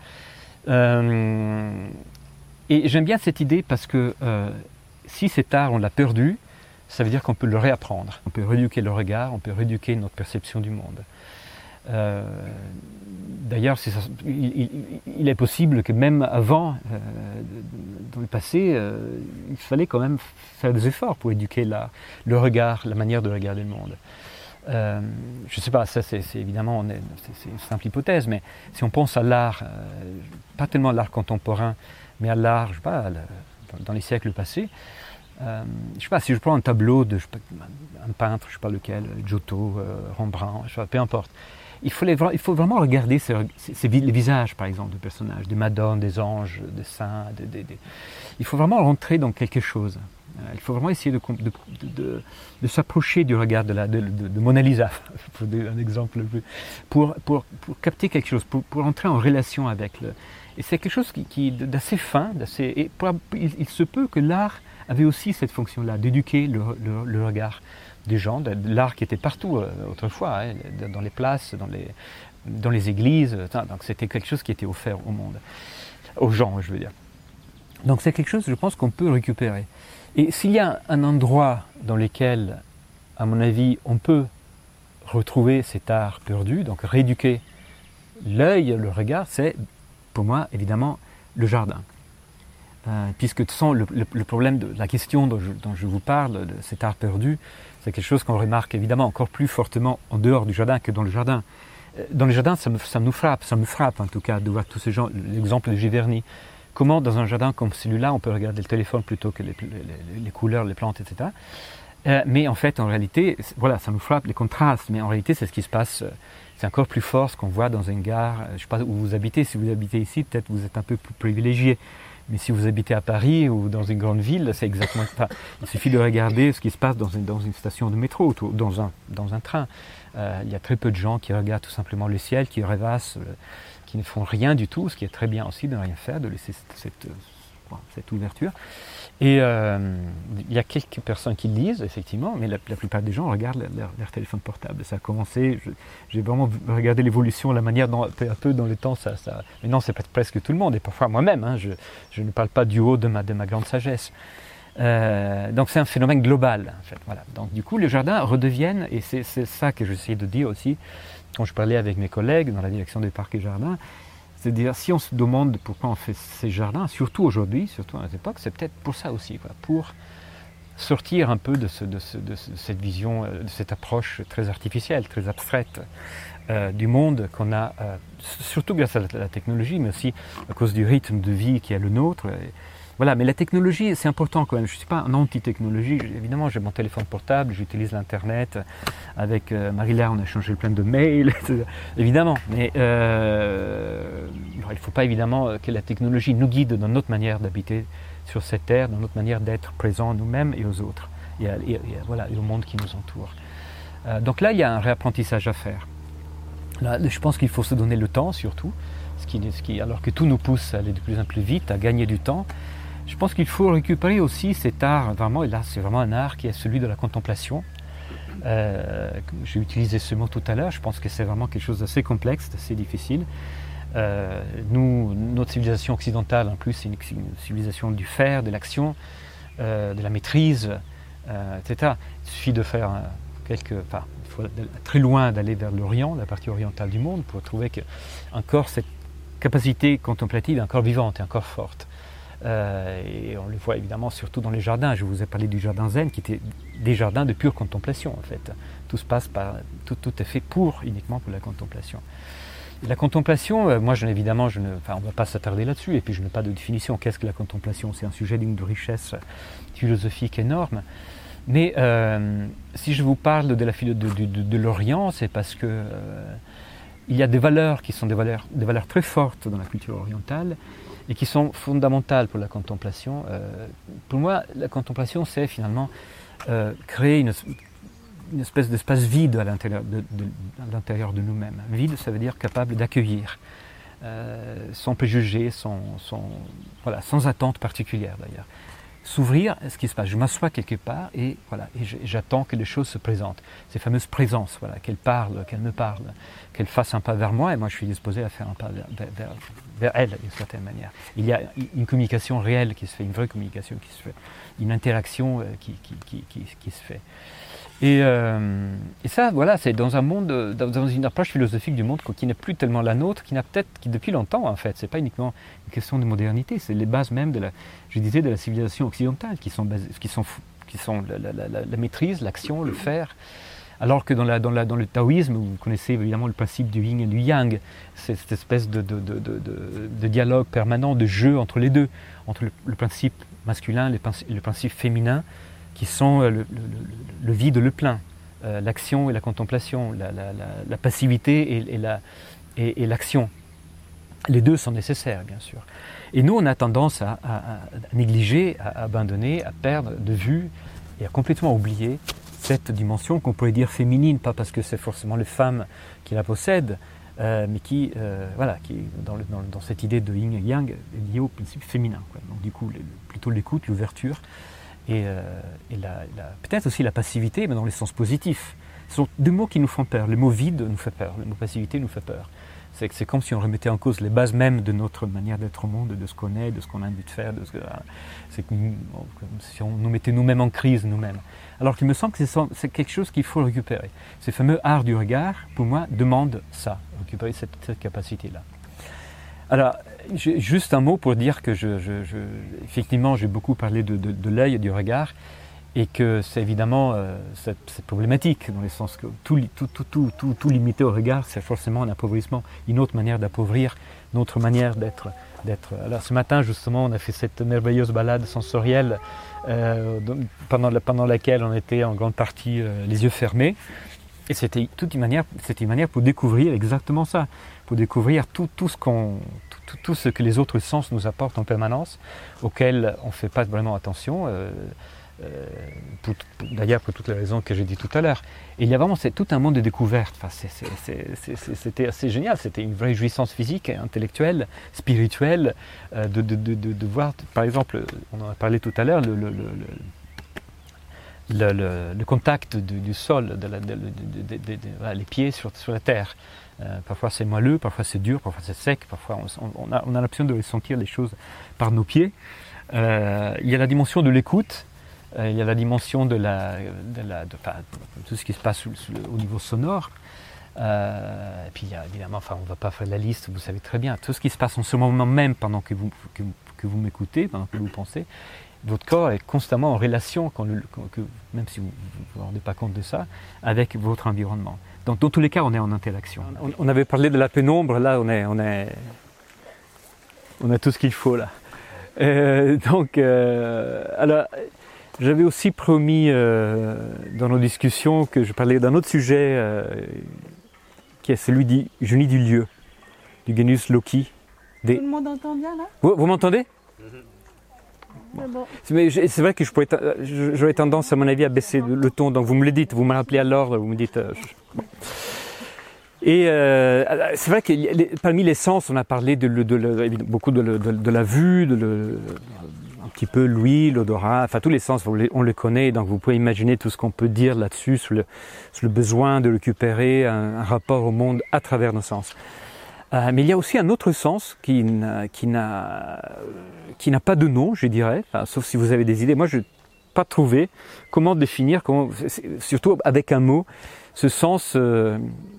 S2: Euh, et j'aime bien cette idée parce que euh, si cet art, on l'a perdu, ça veut dire qu'on peut le réapprendre. On peut rééduquer le regard, on peut rééduquer notre perception du monde. Euh, d'ailleurs, c'est ça, il, il, il est possible que même avant, euh, dans le passé, euh, il fallait quand même faire des efforts pour éduquer la, le regard, la manière de regarder le monde. Euh, je ne sais pas, ça c'est, c'est évidemment on est, c'est, c'est une simple hypothèse, mais si on pense à l'art, euh, pas tellement à l'art contemporain, mais à l'art, je sais pas, dans les siècles passés, euh, je sais pas, si je prends un tableau de je sais pas, un peintre, je sais pas lequel, Giotto, euh, Rembrandt, je sais pas, peu importe. Il faut, les, il faut vraiment regarder ces, ces, ces, les visages, par exemple, de personnages, des madones, des anges, des saints. Des, des, des... Il faut vraiment rentrer dans quelque chose. Il faut vraiment essayer de, de, de, de, de s'approcher du regard de, la, de, de, de Mona Lisa, pour donner un exemple, pour, pour, pour capter quelque chose, pour, pour entrer en relation avec le... Et c'est quelque chose qui, qui d'assez fin, d'assez... Et pour, il, il se peut que l'art avait aussi cette fonction-là, d'éduquer le, le, le regard des gens, de, de l'art qui était partout euh, autrefois, hein, dans les places, dans les, dans les églises, donc c'était quelque chose qui était offert au monde, aux gens, je veux dire. Donc c'est quelque chose, je pense, qu'on peut récupérer. Et s'il y a un endroit dans lequel, à mon avis, on peut retrouver cet art perdu, donc rééduquer l'œil, le regard, c'est, pour moi, évidemment, le jardin. Euh, puisque de toute façon, le, le, le problème de la question dont je, dont je vous parle, de cet art perdu, c'est quelque chose qu'on remarque évidemment encore plus fortement en dehors du jardin que dans le jardin. Dans le jardin, ça me, ça nous frappe, ça me frappe en tout cas de voir tous ces gens, l'exemple de Giverny. Comment dans un jardin comme celui-là, on peut regarder le téléphone plutôt que les, les, les couleurs, les plantes, et cetera. Euh, mais en fait, en réalité, voilà, ça nous frappe les contrastes, mais en réalité, c'est ce qui se passe, c'est encore plus fort ce qu'on voit dans une gare. Je ne sais pas où vous habitez, si vous habitez ici, peut-être vous êtes un peu plus privilégié. Mais si vous habitez à Paris ou dans une grande ville, c'est exactement ça. Il suffit de regarder ce qui se passe dans une, dans une station de métro ou dans un, dans un train. Euh, il y a très peu de gens qui regardent tout simplement le ciel, qui rêvassent, euh, qui ne font rien du tout, ce qui est très bien aussi de ne rien faire, de laisser cette, cette, euh, cette ouverture. Et euh, il y a quelques personnes qui lisent, effectivement, mais la, la plupart des gens regardent leur, leur téléphone portable. Ça a commencé, je, j'ai vraiment regardé l'évolution, la manière dont peu à peu dans le temps, ça, ça... maintenant c'est presque tout le monde, et parfois moi-même, hein, je, je ne parle pas du haut de ma, de ma grande sagesse. Euh, donc c'est un phénomène global, en fait. Voilà. Donc du coup, les jardins redeviennent, et c'est, c'est ça que j'essayais de dire aussi, quand je parlais avec mes collègues dans la direction des parcs et jardins, c'est-à-dire, si on se demande pourquoi on fait ces jardins, surtout aujourd'hui, surtout à cette époque, c'est peut-être pour ça aussi, quoi, pour sortir un peu de, ce, de, ce, de cette vision, de cette approche très artificielle, très abstraite euh, du monde qu'on a, euh, surtout grâce à la, la technologie, mais aussi à cause du rythme de vie qui est le nôtre. Et, voilà, mais la technologie, c'est important quand même. Je ne suis pas un anti-technologie. Évidemment, j'ai mon téléphone portable, j'utilise l'Internet. Avec euh, Marie-Laure, on a échangé plein de mails, évidemment. Mais euh, il ne faut pas évidemment que la technologie nous guide dans notre manière d'habiter sur cette terre, dans notre manière d'être présents nous-mêmes et aux autres, et, à, et, et, voilà, et au monde qui nous entoure. Euh, donc là, il y a un réapprentissage à faire. Là, je pense qu'il faut se donner le temps, surtout, ce qui, ce qui, alors que tout nous pousse à aller de plus en plus vite, à gagner du temps. Je pense qu'il faut récupérer aussi cet art, vraiment, et là c'est vraiment un art qui est celui de la contemplation. Euh, j'ai utilisé ce mot tout à l'heure, je pense que c'est vraiment quelque chose d'assez complexe, d'assez difficile. Euh, nous, notre civilisation occidentale, en plus, c'est une, une civilisation du faire, de l'action, euh, de la maîtrise, euh, et cetera. Il suffit de faire euh, quelques... Enfin, il faut aller très loin d'aller vers l'Orient, la partie orientale du monde, pour trouver que encore cette capacité contemplative est encore vivante et encore forte. Euh, et on le voit évidemment surtout dans les jardins. Je vous ai parlé du jardin zen, qui était des jardins de pure contemplation, en fait. Tout se passe par... Tout, tout est fait pour, uniquement pour la contemplation. La contemplation, euh, moi je, évidemment, je ne, enfin, on ne va pas s'attarder là-dessus, et puis je n'ai pas de définition. Qu'est-ce que la contemplation? C'est un sujet d'une richesse philosophique énorme. Mais euh, si je vous parle de, la, de, de, de, de l'Orient, c'est parce que euh, il y a des valeurs qui sont des valeurs, des valeurs très fortes dans la culture orientale et qui sont fondamentales pour la contemplation. Euh, pour moi, la contemplation, c'est finalement euh, créer une, une espèce d'espace vide à l'intérieur de, de, à l'intérieur de nous-mêmes. Vide, ça veut dire capable d'accueillir, euh, sans préjugés, sans, sans, voilà, sans attente particulière d'ailleurs. S'ouvrir à ce qui se passe. Je m'assois quelque part et, voilà, et j'attends que les choses se présentent. Ces fameuses présences, voilà, qu'elles parlent, qu'elles me parlent, qu'elles fassent un pas vers moi et moi je suis disposé à faire un pas vers, vers, vers elles d'une certaine manière. Il y a une communication réelle qui se fait, une vraie communication qui se fait, une interaction qui, qui, qui, qui, qui se fait. Et, euh, et ça, voilà, c'est dans un monde, dans une approche philosophique du monde qui n'est plus tellement la nôtre, qui n'a peut-être, qui depuis longtemps en fait, c'est pas uniquement une question de modernité, c'est les bases même de la, je disais, de la civilisation occidentale, qui sont, basées, qui sont, qui sont la, la, la, la maîtrise, l'action, le faire. Alors que dans, la, dans, la, dans le taoïsme, vous connaissez évidemment le principe du yin et du yang, c'est cette espèce de, de, de, de, de, de dialogue permanent, de jeu entre les deux, entre le, le principe masculin et le principe féminin, qui sont le, le, le vide et le plein, euh, l'action et la contemplation, la, la, la, la passivité et, et, la, et, et l'action. Les deux sont nécessaires, bien sûr. Et nous, on a tendance à, à, à négliger, à abandonner, à perdre de vue et à complètement oublier cette dimension qu'on pourrait dire féminine, pas parce que c'est forcément les femmes qui la possèdent, euh, mais qui, euh, voilà, qui dans, le, dans, dans cette idée de yin et yang est liée au principe féminin, quoi. Donc du coup, le, plutôt l'écoute, l'ouverture, et, euh, et la, la, peut-être aussi la passivité, mais dans le sens positif. Ce sont deux mots qui nous font peur. Le mot vide nous fait peur, le mot passivité nous fait peur. C'est, c'est comme si on remettait en cause les bases même de notre manière d'être au monde, de ce qu'on est, de ce qu'on a envie de faire. De ce que, c'est comme si on nous mettait nous-mêmes en crise, nous-mêmes. Alors qu'il me semble que c'est, c'est quelque chose qu'il faut récupérer. Ces fameux arts du regard, pour moi, demandent ça, récupérer cette, cette capacité-là. Alors, j'ai juste un mot pour dire que, je, je, je, effectivement, j'ai beaucoup parlé de, de, de l'œil et du regard, et que c'est évidemment euh, c'est, c'est problématique, dans le sens que tout, tout, tout, tout, tout, tout limité au regard, c'est forcément un appauvrissement, une autre manière d'appauvrir, une autre manière d'être, d'être. Alors ce matin, justement, on a fait cette merveilleuse balade sensorielle euh, pendant, la, pendant laquelle on était en grande partie euh, les yeux fermés. Et c'était toute une manière, c'était une manière pour découvrir exactement ça, pour découvrir tout, tout, ce qu'on, tout, tout, tout ce que les autres sens nous apportent en permanence, auxquels on ne fait pas vraiment attention, euh, euh, pour, pour, d'ailleurs pour toutes les raisons que j'ai dit tout à l'heure. Et il y a vraiment c'est, tout un monde de découvertes. Enfin, c'est, c'est, c'est, c'est, c'est, c'était assez génial, c'était une vraie jouissance physique, intellectuelle, spirituelle, euh, de, de, de, de, de voir, par exemple, on en a parlé tout à l'heure, le, le, le, le Le, le, le contact du, du sol, de la, de, de, de, de, de, voilà, les pieds sur, sur la terre. Euh, parfois c'est moelleux, parfois c'est dur, parfois c'est sec, parfois on, on, a, on a l'option de ressentir les choses par nos pieds. Euh, il y a la dimension de l'écoute, euh, il y a la dimension de, la, de, la, de, enfin, de tout ce qui se passe sous, sous, au niveau sonore. Euh, et puis il y a évidemment, enfin, on ne va pas faire la liste, vous savez très bien, tout ce qui se passe en ce moment même pendant que vous, que, que vous m'écoutez, pendant que vous pensez. Votre corps est constamment en relation, quand le, quand, que, même si vous ne vous rendez pas compte de ça, avec votre environnement. Donc, dans tous les cas, on est en interaction. On, on avait parlé de la pénombre, là, on, est, on, est, on a tout ce qu'il faut, là. Euh, donc, euh, alors, j'avais aussi promis euh, dans nos discussions que je parlais d'un autre sujet euh, qui est celui du génie du lieu, du genius loci. Des...
S1: Tout le monde entend bien, là?
S2: Vous, vous m'entendez? Mm-hmm.
S1: Bon.
S2: Mais c'est vrai que je pourrais, j'aurais tendance, à mon avis, à baisser le ton. Donc vous me le dites, vous me rappelez à l'ordre, vous me dites. Euh, je... Et euh, c'est vrai que les, parmi les sens, on a parlé de, de, de, de beaucoup de, de, de la vue, de, de, un petit peu l'ouïe, l'odorat, enfin tous les sens, on les connaît. Donc vous pouvez imaginer tout ce qu'on peut dire là-dessus, sur le, sur le besoin de récupérer un, un rapport au monde à travers nos sens. Euh, mais il y a aussi un autre sens qui n'a, qui n'a, qui n'a pas de nom, je dirais, enfin, sauf si vous avez des idées. Moi, je n'ai pas trouvé comment définir, comment, surtout avec un mot, ce sens euh,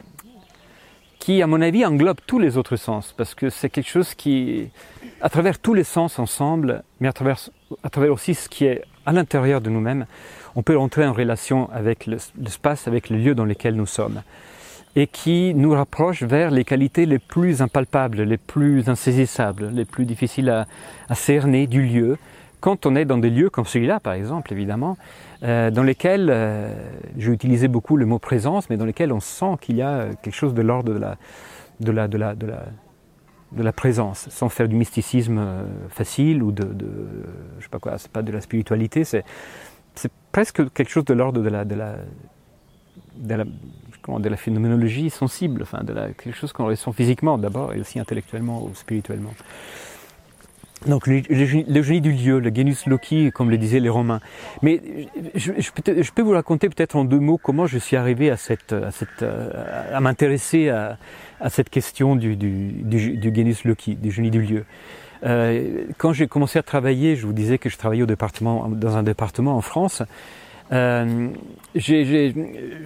S2: qui, à mon avis, englobe tous les autres sens, parce que c'est quelque chose qui, à travers tous les sens ensemble, mais à travers, à travers aussi ce qui est à l'intérieur de nous-mêmes, on peut entrer en relation avec le, l'espace, avec le lieu dans lequel nous sommes, et qui nous rapproche vers les qualités les plus impalpables, les plus insaisissables, les plus difficiles à, à cerner du lieu, quand on est dans des lieux comme celui-là, par exemple, évidemment, euh, dans lesquels, euh, j'ai utilisé beaucoup le mot présence, mais dans lesquels on sent qu'il y a quelque chose de l'ordre de la, de la, de la, de la, de la présence, sans faire du mysticisme euh, facile ou de, de, je sais pas quoi, c'est pas de la spiritualité, c'est, c'est presque quelque chose de l'ordre de la, de la, de la, comment, de la phénoménologie sensible, enfin, de la, quelque chose qu'on ressent physiquement d'abord et aussi intellectuellement ou spirituellement. Donc le, le, le génie du lieu, le genus loci, comme le disaient les Romains. Mais je, je, peux, je peux vous raconter peut-être en deux mots comment je suis arrivé à, cette, à, cette, à m'intéresser à, à cette question du, du, du, du genus loci, du génie du lieu. Euh, quand j'ai commencé à travailler, je vous disais que je travaillais au département, dans un département en France. Euh, j'ai, j'ai,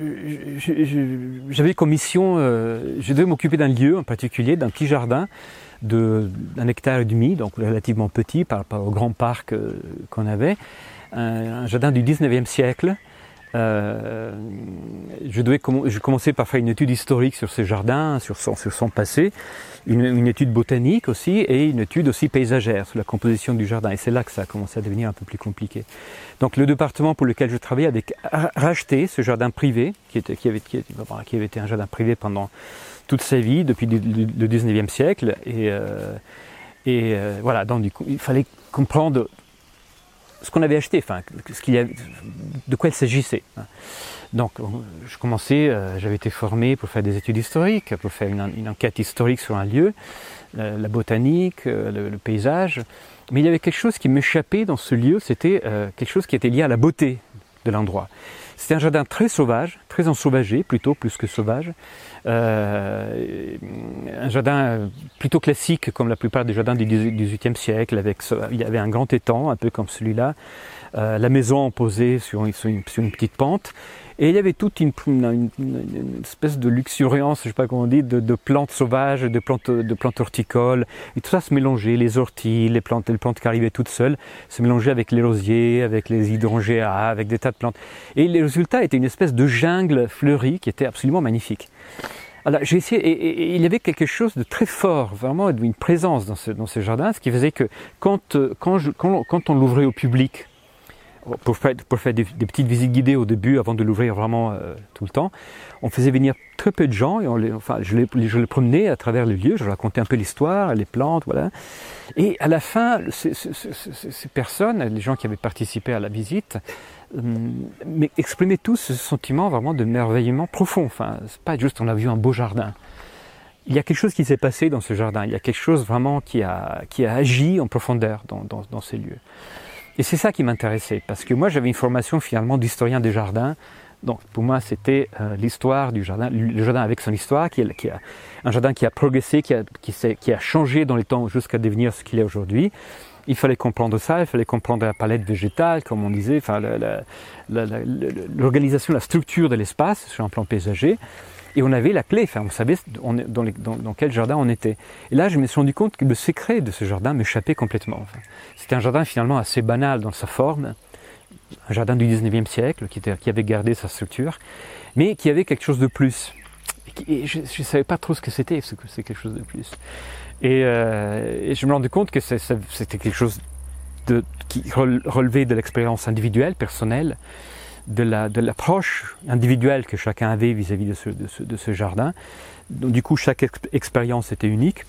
S2: j'avais comme mission, euh, je devais m'occuper d'un lieu en particulier, d'un petit jardin de, d'un hectare et demi, donc relativement petit par rapport au grand parc euh, qu'on avait, un, un jardin du dix-neuvième siècle. Euh, je devais comm- je commençais par faire une étude historique sur ce jardin, sur son, sur son passé, une, une étude botanique aussi et une étude aussi paysagère sur la composition du jardin. Et c'est là que ça a commencé à devenir un peu plus compliqué. Donc le département pour lequel je travaillais avait racheté ce jardin privé, qui, était, qui, avait, qui, était, qui avait été un jardin privé pendant toute sa vie, depuis le dix-neuvième siècle. Et, euh, et euh, voilà, donc du coup, il fallait comprendre ce qu'on avait acheté, enfin, ce qu'il y avait, de quoi il s'agissait. Donc, je commençais, euh, j'avais été formé pour faire des études historiques, pour faire une, une enquête historique sur un lieu, la, la botanique, euh, le, le paysage. Mais il y avait quelque chose qui m'échappait dans ce lieu, c'était euh, quelque chose qui était lié à la beauté de l'endroit. C'était un jardin très sauvage, très ensauvagé, plutôt plus que sauvage. Euh, un jardin plutôt classique, comme la plupart des jardins du dix-huitième siècle, avec, il y avait un grand étang, un peu comme celui-là, euh, la maison posée sur une, sur, une, sur une petite pente, et il y avait toute une, une, une, une espèce de luxuriance, je ne sais pas comment on dit, de, de plantes sauvages, de plantes, de plantes horticoles, et tout ça se mélangeait, les orties, les plantes, les plantes qui arrivaient toutes seules, se mélangeaient avec les rosiers, avec les hydrangeas, avec des tas de plantes. Et les résultats étaient une espèce de jungle fleurie qui était absolument magnifique. Alors j'ai essayé, et, et, et il y avait quelque chose de très fort, vraiment une présence dans ce, dans ce jardin, ce qui faisait que quand, quand, je, quand, quand on l'ouvrait au public, pour faire, pour faire des, des petites visites guidées au début, avant de l'ouvrir vraiment euh, tout le temps, on faisait venir très peu de gens, et on les, enfin, je, les, je les promenais à travers le lieu, je racontais un peu l'histoire, les plantes, voilà. Et à la fin, ces, ces, ces, ces personnes, les gens qui avaient participé à la visite, euh, mais exprimaient tous ce sentiment vraiment de merveillement profond. Enfin, c'est pas juste on a vu un beau jardin. Il y a quelque chose qui s'est passé dans ce jardin, il y a quelque chose vraiment qui a, qui a agi en profondeur dans, dans, dans ces lieux. Et c'est ça qui m'intéressait, parce que moi j'avais une formation finalement d'historien des jardins, donc pour moi c'était euh, l'histoire du jardin, le jardin avec son histoire, qui, est, qui a, un jardin qui a progressé, qui a, qui, qui a changé dans les temps jusqu'à devenir ce qu'il est aujourd'hui. Il fallait comprendre ça, il fallait comprendre la palette végétale, comme on disait, enfin, la, la, la, la, l'organisation, la structure de l'espace sur un plan paysager. Et on avait la clé, enfin, on savait dans, les, dans, dans quel jardin on était. Et là, je me suis rendu compte que le secret de ce jardin m'échappait complètement. Enfin, c'était un jardin finalement assez banal dans sa forme, un jardin du dix-neuvième siècle qui, était, qui avait gardé sa structure, mais qui avait quelque chose de plus. Et, qui, et je ne savais pas trop ce que c'était, ce que c'est quelque chose de plus. Et, euh, et je me rendais compte que c'est, c'était quelque chose de, qui relevait de l'expérience individuelle, personnelle, de, la, de l'approche individuelle que chacun avait vis-à-vis de ce, de ce, de ce jardin. Donc, du coup, chaque ex- expérience était unique.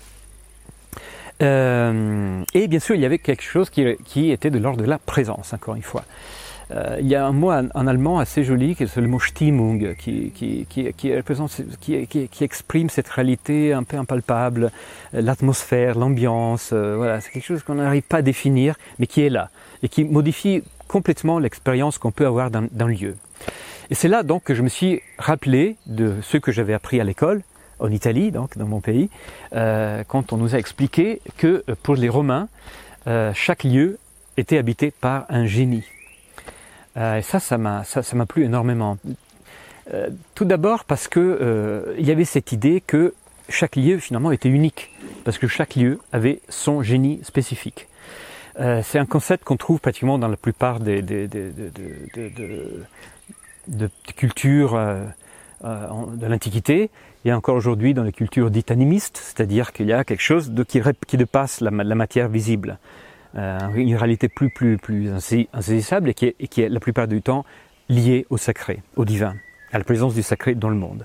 S2: Euh, et bien sûr, il y avait quelque chose qui, qui était de l'ordre de la présence, encore une fois. Euh, il y a un mot en, en allemand assez joli, qui est le mot Stimmung, qui, qui, qui, qui, représente, qui, qui, qui exprime cette réalité un peu impalpable, l'atmosphère, l'ambiance. Euh, voilà, c'est quelque chose qu'on n'arrive pas à définir, mais qui est là, et qui modifie complètement l'expérience qu'on peut avoir d'un, d'un lieu. Et c'est là donc que je me suis rappelé de ce que j'avais appris à l'école, en Italie, donc dans mon pays, euh, quand on nous a expliqué que pour les Romains, euh, chaque lieu était habité par un génie. Euh, et ça, ça m'a, ça, ça m'a plu énormément. Euh, tout d'abord parce que euh, il y avait cette idée que chaque lieu finalement était unique, parce que chaque lieu avait son génie spécifique. Euh, c'est un concept qu'on trouve pratiquement dans la plupart des, des, des, des, des, des, de, de cultures euh, euh, de l'Antiquité, et encore aujourd'hui dans les cultures dites animistes, c'est-à-dire qu'il y a quelque chose de, qui, qui dépasse la, la matière visible, euh, une réalité plus, plus, plus insaisissable et qui, est, et qui est la plupart du temps liée au sacré, au divin, à la présence du sacré dans le monde.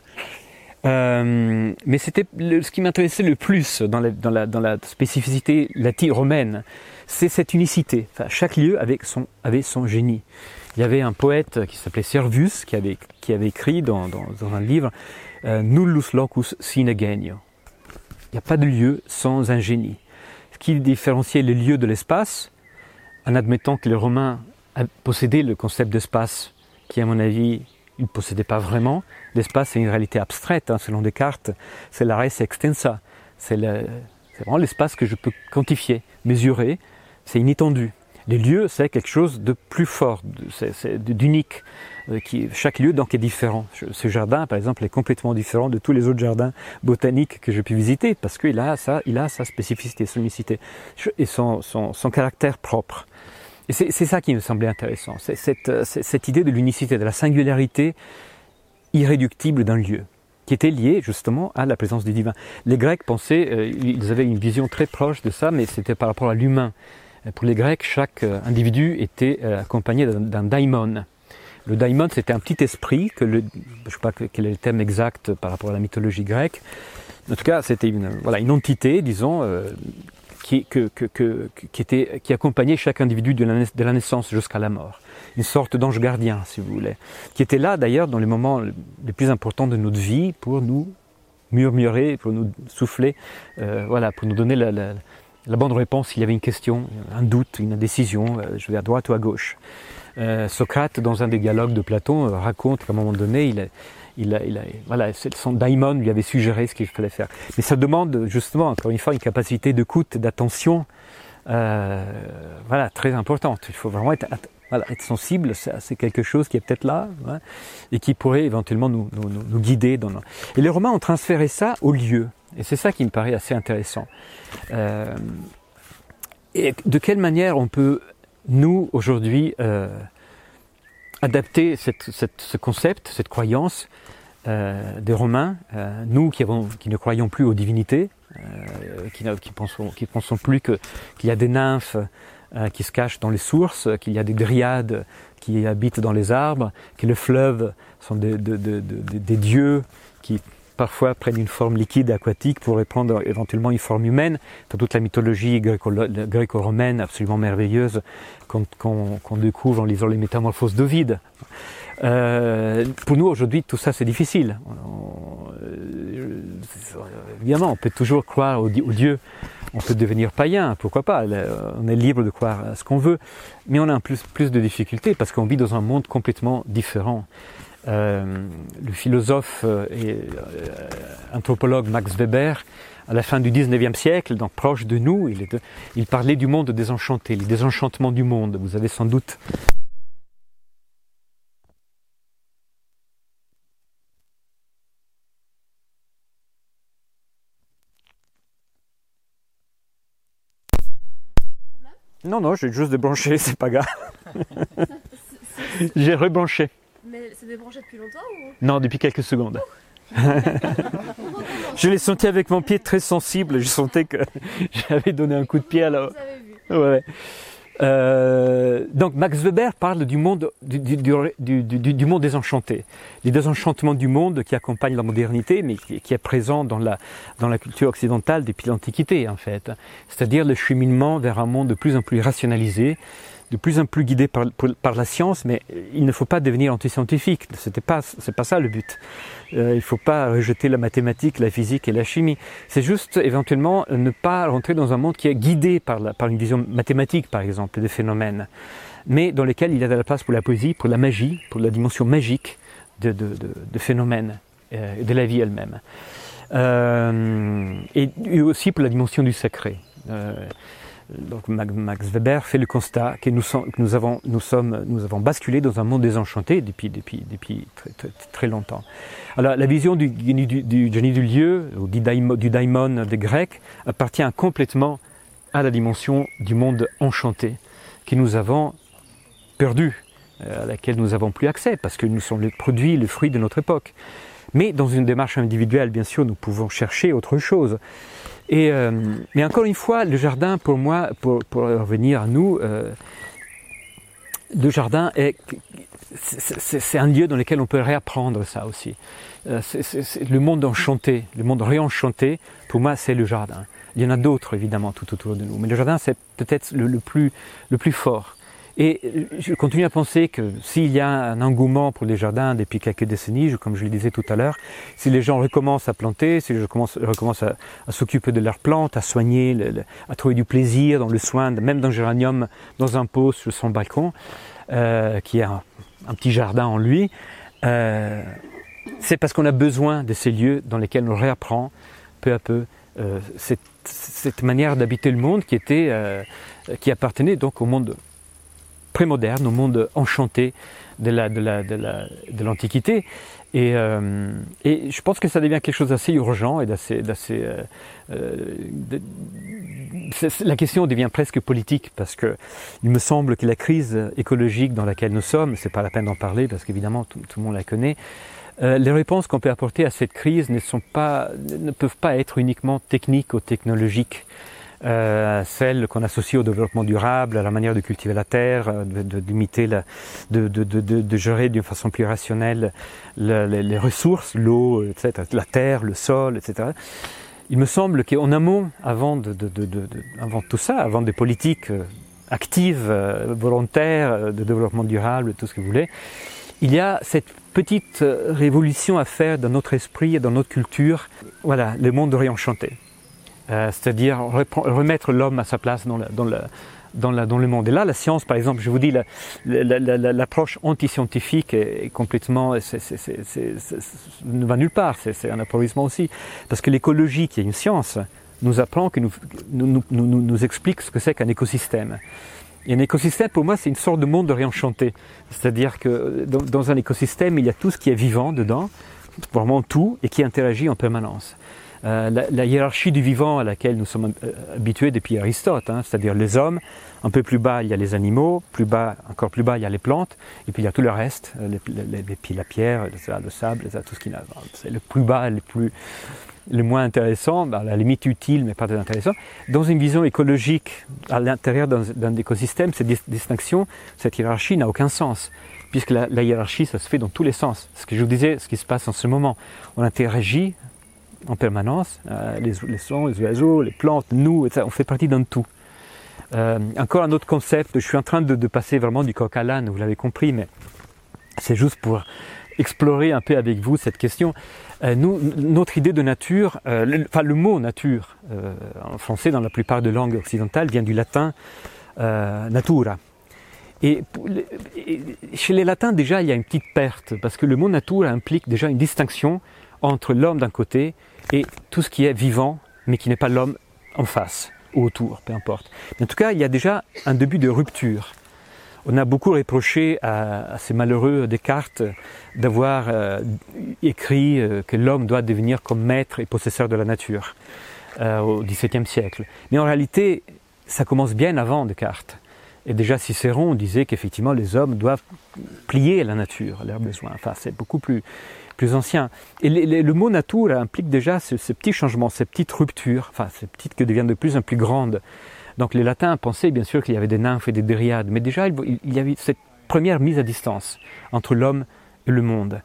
S2: Euh, mais c'était le, ce qui m'intéressait le plus dans la, dans la, dans la spécificité latine-romaine, c'est cette unicité. Enfin, chaque lieu avait son, avait son génie. Il y avait un poète qui s'appelait Servus qui avait, qui avait écrit dans, dans, dans un livre euh, « Nullus locus sine genio ». Il n'y a pas de lieu sans un génie. Ce qui différenciait les lieux de l'espace, en admettant que les Romains possédaient le concept d'espace, qui à mon avis, ils ne possédaient pas vraiment. L'espace, c'est une réalité abstraite, hein, selon Descartes. C'est la res extensa. C'est, le, c'est vraiment l'espace que je peux quantifier, mesurer. C'est inétendu. Les lieux, c'est quelque chose de plus fort, c'est, c'est d'unique. Euh, qui, chaque lieu, donc, est différent. Ce jardin, par exemple, est complètement différent de tous les autres jardins botaniques que j'ai pu visiter, parce qu'il a, ça, il a sa spécificité, son unicité et son, son, son caractère propre. Et c'est, c'est ça qui me semblait intéressant, c'est cette, c'est cette idée de l'unicité, de la singularité irréductible d'un lieu, qui était liée justement à la présence du divin. Les Grecs pensaient, euh, ils avaient une vision très proche de ça, mais c'était par rapport à l'humain. Pour les Grecs, chaque individu était euh, accompagné d'un, d'un daimon. Le daimon, c'était un petit esprit, que le, je ne sais pas quel est le terme exact par rapport à la mythologie grecque. En tout cas, c'était une, voilà, une entité, disons, euh, Qui, que, que, que, qui, était, qui accompagnait chaque individu de la, de la naissance jusqu'à la mort. Une sorte d'ange gardien, si vous voulez. Qui était là, d'ailleurs, dans les moments les plus importants de notre vie, pour nous murmurer, pour nous souffler, euh, voilà, pour nous donner la, la, la bonne réponse s'il y avait une question, un doute, une indécision, euh, je vais à droite ou à gauche. Euh, Socrate, dans un des dialogues de Platon, euh, raconte qu'à un moment donné, il a, Il a, il a, voilà, son daimon lui avait suggéré ce qu'il fallait faire. Mais ça demande justement, encore une fois, une capacité d'écoute, d'attention, euh, voilà, très importante. Il faut vraiment être, voilà, être sensible, c'est, c'est quelque chose qui est peut-être là, hein, et qui pourrait éventuellement nous, nous, nous guider. Dans nos... Et les Romains ont transféré ça au lieu. Et c'est ça qui me paraît assez intéressant. Euh, et de quelle manière on peut, nous, aujourd'hui, euh, adapter cette, cette, ce concept, cette croyance euh, des Romains, euh, nous qui, avons, qui ne croyons plus aux divinités, euh, qui ne qui pensons, qui pensons plus que, qu'il y a des nymphes euh, qui se cachent dans les sources, qu'il y a des dryades qui habitent dans les arbres, que les fleuves sont des, de, de, de, des dieux qui parfois prennent une forme liquide aquatique pour prendre éventuellement une forme humaine. Dans toute la mythologie gréco- gréco-romaine absolument merveilleuse qu'on, qu'on, qu'on découvre en lisant les Métamorphoses d'Ovide. Euh, pour nous aujourd'hui, tout ça c'est difficile. On, euh, évidemment, on peut toujours croire au, au Dieu, on peut devenir païen, pourquoi pas, on est libre de croire à ce qu'on veut, mais on a un plus, plus de difficultés parce qu'on vit dans un monde complètement différent. Euh, le philosophe et euh, anthropologue Max Weber, à la fin du dix-neuvième siècle, donc proche de nous, il, est, il parlait du monde désenchanté, les désenchantements du monde. Vous avez sans doute Non, non, j'ai juste débranché, c'est pas grave. J'ai rebranché.
S3: Mais c'est débranché depuis longtemps ou...
S2: Non, depuis quelques secondes. Je l'ai senti avec mon pied très sensible, je sentais que j'avais donné un coup de pied à la...
S3: Vous avez vu.
S2: Ouais. Euh, donc Max Weber parle du monde, du, du, du, du, du monde désenchanté, les désenchantements du monde qui accompagnent la modernité, mais qui, qui est présent dans la, dans la culture occidentale depuis l'Antiquité en fait. C'est-à-dire le cheminement vers un monde de plus en plus rationalisé, de plus en plus guidé par, par la science, mais il ne faut pas devenir anti-scientifique, c'était pas, c'est pas ça le but. Euh, il ne faut pas rejeter la mathématique, la physique et la chimie. C'est juste éventuellement ne pas rentrer dans un monde qui est guidé par, la, par une vision mathématique, par exemple, des phénomènes, mais dans lesquels il y a de la place pour la poésie, pour la magie, pour la dimension magique de, de, de, de phénomènes, euh, de la vie elle-même. Euh, et, et aussi pour la dimension du sacré. Euh, donc Max Weber fait le constat que nous, sommes, que nous, avons, nous, sommes, nous avons basculé dans un monde désenchanté depuis, depuis, depuis très, très, très longtemps. Alors la vision du, du, du génie du lieu, ou du daimon, du daimon des Grecs, appartient complètement à la dimension du monde enchanté que nous avons perdu, à laquelle nous n'avons plus accès, parce que nous sommes les produits, les fruits de notre époque. Mais dans une démarche individuelle, bien sûr, nous pouvons chercher autre chose. Et, euh, mais encore une fois, le jardin, pour moi, pour, pour revenir à nous, euh, le jardin est, c'est, c'est un lieu dans lequel on peut réapprendre ça aussi. Euh, c'est, c'est, c'est le monde enchanté, le monde réenchanté, pour moi, c'est le jardin. Il y en a d'autres, évidemment, tout autour de nous. Mais le jardin, c'est peut-être le, le, plus, le plus fort. Et je continue à penser que s'il y a un engouement pour les jardins depuis quelques décennies, comme je le disais tout à l'heure, si les gens recommencent à planter, si les gens recommencent, recommencent à, à s'occuper de leurs plantes, à soigner, le, le, à trouver du plaisir dans le soin, même d'un géranium dans un pot sur son balcon, euh, qui a un, un petit jardin en lui, euh, c'est parce qu'on a besoin de ces lieux dans lesquels on réapprend peu à peu euh, cette, cette manière d'habiter le monde qui était, euh, qui appartenait donc au monde prémoderne, au monde enchanté de, la, de, la, de, la, de l'Antiquité. Et, euh, et je pense que ça devient quelque chose d'assez urgent et d'assez... d'assez euh, euh, de, la question devient presque politique parce que il me semble que la crise écologique dans laquelle nous sommes, c'est pas la peine d'en parler parce qu'évidemment tout, tout le monde la connaît, euh, les réponses qu'on peut apporter à cette crise ne, sont pas, ne peuvent pas être uniquement techniques ou technologiques. Euh, celles qu'on associe au développement durable, à la manière de cultiver la terre, de, de limiter, la, de, de, de, de gérer d'une façon plus rationnelle le, les, les ressources, l'eau, et cetera, la terre, le sol, et cetera. Il me semble qu'en amont, avant, de, de, de, de, de, avant tout ça, avant des politiques actives, volontaires, de développement durable, tout ce que vous voulez, il y a cette petite révolution à faire dans notre esprit et dans notre culture, voilà, le monde réenchanté. Euh, c'est-à-dire remettre l'homme à sa place dans, la, dans, la, dans, la, dans le monde. Et là, la science, par exemple, je vous dis, la, la, la, la, l'approche anti-scientifique est, est complètement, c'est, c'est, c'est, c'est, c'est, ne va nulle part, c'est, c'est un applaudissement aussi. Parce que l'écologie, qui est une science, nous apprend, que nous, nous, nous, nous, nous explique ce que c'est qu'un écosystème. Et un écosystème, pour moi, c'est une sorte de monde réenchanté. C'est-à-dire que dans, dans un écosystème, il y a tout ce qui est vivant dedans, vraiment tout, et qui interagit en permanence. Euh, la, la hiérarchie du vivant à laquelle nous sommes euh, habitués depuis Aristote, hein, c'est-à-dire les hommes, un peu plus bas il y a les animaux, plus bas, encore plus bas il y a les plantes, et puis il y a tout le reste, les, les, les, puis la pierre, le, le sable, tout ce qui n'a, c'est le plus bas, le plus, le moins intéressant, à la limite utile mais pas très intéressant. Dans une vision écologique, à l'intérieur d'un, d'un écosystème, cette distinction, cette hiérarchie n'a aucun sens. Puisque la, la hiérarchie, ça se fait dans tous les sens. Ce que je vous disais, ce qui se passe en ce moment, on interagit en permanence, euh, les, les sons, les oiseaux, les plantes, nous, et cetera. On fait partie d'un tout. Euh, encore un autre concept, je suis en train de, de passer vraiment du coq à l'âne, vous l'avez compris, mais c'est juste pour explorer un peu avec vous cette question. Euh, nous, notre idée de nature, euh, le, enfin le mot nature, euh, en français dans la plupart des langues occidentales, vient du latin euh, natura. Et, et chez les latins déjà il y a une petite perte, parce que le mot natura implique déjà une distinction entre l'homme d'un côté et tout ce qui est vivant, mais qui n'est pas l'homme en face, ou autour, peu importe. Mais en tout cas, il y a déjà un début de rupture. On a beaucoup reproché à, à ces malheureux Descartes d'avoir euh, écrit euh, que l'homme doit devenir comme maître et possesseur de la nature euh, au dix-septième siècle. Mais en réalité, ça commence bien avant Descartes. Et déjà Cicéron disait qu'effectivement les hommes doivent plier la nature, à leurs besoins. Enfin, c'est beaucoup plus... plus ancien. Et le, le, le mot nature implique déjà ce, ce petit changement, ces petites ruptures, enfin ces petites qui deviennent de plus en plus grandes. Donc les latins pensaient bien sûr qu'il y avait des nymphes et des dryades, mais déjà il, il y avait cette première mise à distance entre l'homme et le monde.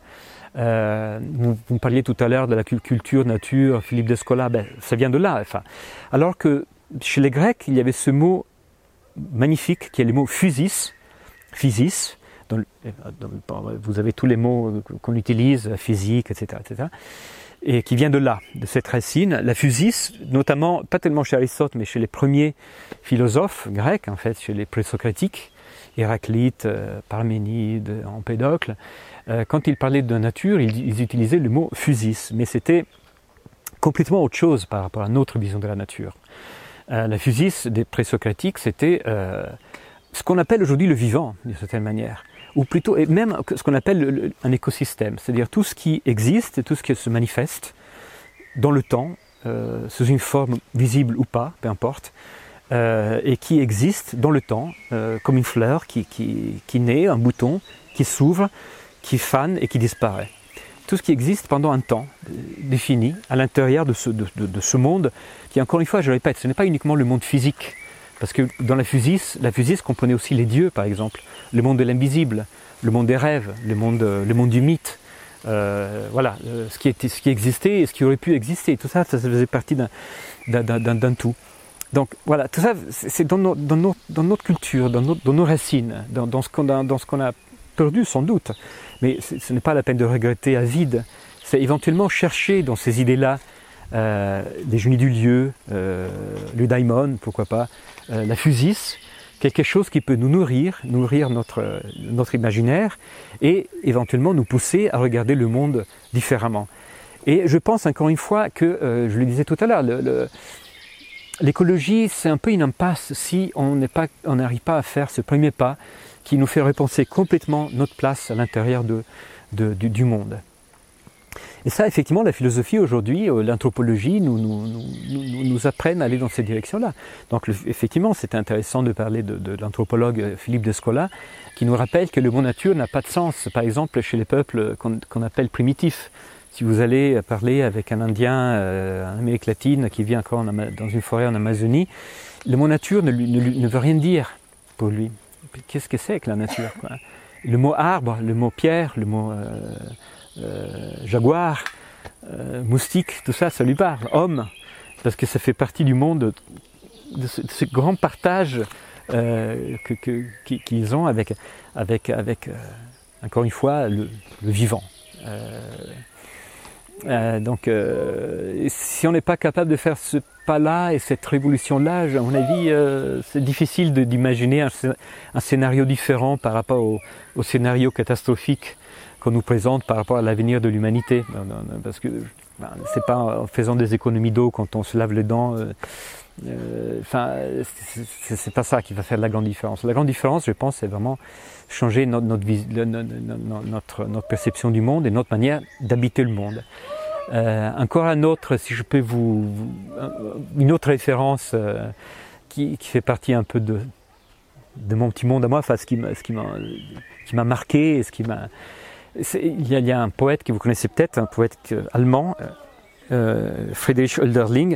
S2: Euh, vous, vous parliez tout à l'heure de la culture, nature, Philippe de Scola, ben, ça vient de là. Enfin. Alors que chez les Grecs, il y avait ce mot magnifique qui est le mot physis, physis. Dans le, dans, vous avez tous les mots qu'on utilise, physique, et cetera, et cetera, et qui vient de là, de cette racine. La physis, notamment, pas tellement chez Aristote, mais chez les premiers philosophes grecs, en fait, chez les présocratiques, Héraclite, euh, Parménide, Empédocle, euh, quand ils parlaient de nature, ils, ils utilisaient le mot physis, mais c'était complètement autre chose par rapport à notre vision de la nature. Euh, la physis des présocratiques, c'était euh, ce qu'on appelle aujourd'hui le vivant, d'une certaine manière, ou plutôt, et même ce qu'on appelle le, le, un écosystème, c'est-à-dire tout ce qui existe, tout ce qui se manifeste dans le temps, euh, sous une forme visible ou pas, peu importe, euh, et qui existe dans le temps, euh, comme une fleur qui, qui, qui naît, un bouton qui s'ouvre, qui fane et qui disparaît. Tout ce qui existe pendant un temps euh, défini à l'intérieur de ce, de, de, de ce monde, qui encore une fois, je le répète, ce n'est pas uniquement le monde physique, parce que dans la physis, la physis comprenait aussi les dieux, par exemple, le monde de l'invisible, le monde des rêves, le monde, le monde du mythe, euh, voilà, euh, ce, qui était, ce qui existait et ce qui aurait pu exister, tout ça, ça faisait partie d'un, d'un, d'un, d'un tout. Donc voilà, tout ça, c'est dans, nos, dans, nos, dans notre culture, dans nos, dans nos racines, dans, dans, ce qu'on a, dans ce qu'on a perdu sans doute, mais ce n'est pas la peine de regretter à vide, c'est éventuellement chercher dans ces idées-là euh, des génies du lieu, euh, le daimon, pourquoi pas, euh, la physis, quelque chose qui peut nous nourrir, nourrir notre, notre imaginaire et éventuellement nous pousser à regarder le monde différemment. Et je pense encore une fois que, euh, je le disais tout à l'heure, le, le, l'écologie c'est un peu une impasse si on n'est pas, on n'arrive pas à faire ce premier pas qui nous fait repenser complètement notre place à l'intérieur de, de, du, du monde. Et ça, effectivement, la philosophie aujourd'hui, euh, l'anthropologie nous, nous, nous, nous, nous apprennent à aller dans cette direction-là. Donc, le, effectivement, c'est intéressant de parler de, de, de l'anthropologue Philippe Descola, qui nous rappelle que le mot nature n'a pas de sens, par exemple, chez les peuples qu'on, qu'on appelle primitifs. Si vous allez parler avec un Indien euh, en Amérique latine qui vit encore en, dans une forêt en Amazonie, le mot nature ne, ne, ne veut rien dire pour lui. Qu'est-ce que c'est que la nature, quoi? Le mot arbre, le mot pierre, le mot euh, euh, jaguar, euh, moustique, tout ça, ça lui parle. Homme, parce que ça fait partie du monde, de ce, de ce grand partage euh, que, que, qu'ils ont avec, avec, avec euh, encore une fois, le, le vivant. Euh, Euh, donc, euh, si on n'est pas capable de faire ce pas-là et cette révolution-là, à mon avis, euh, c'est difficile de, d'imaginer un, un scénario différent par rapport au, au scénario catastrophique qu'on nous présente par rapport à l'avenir de l'humanité. Parce que ben, c'est pas en faisant des économies d'eau quand on se lave les dents. Euh, Enfin, euh, c'est, c'est pas ça qui va faire la grande différence. La grande différence, je pense, c'est vraiment changer notre, notre, notre, notre, notre perception du monde et notre manière d'habiter le monde. Euh, encore un autre, si je peux vous, vous une autre référence euh, qui, qui fait partie un peu de, de mon petit monde à moi, enfin ce qui m'a, ce qui m'a, qui m'a marqué, et ce qui m'a, c'est, il, y a, il y a un poète que vous connaissez peut-être, un poète allemand, euh, Friedrich Hölderlin.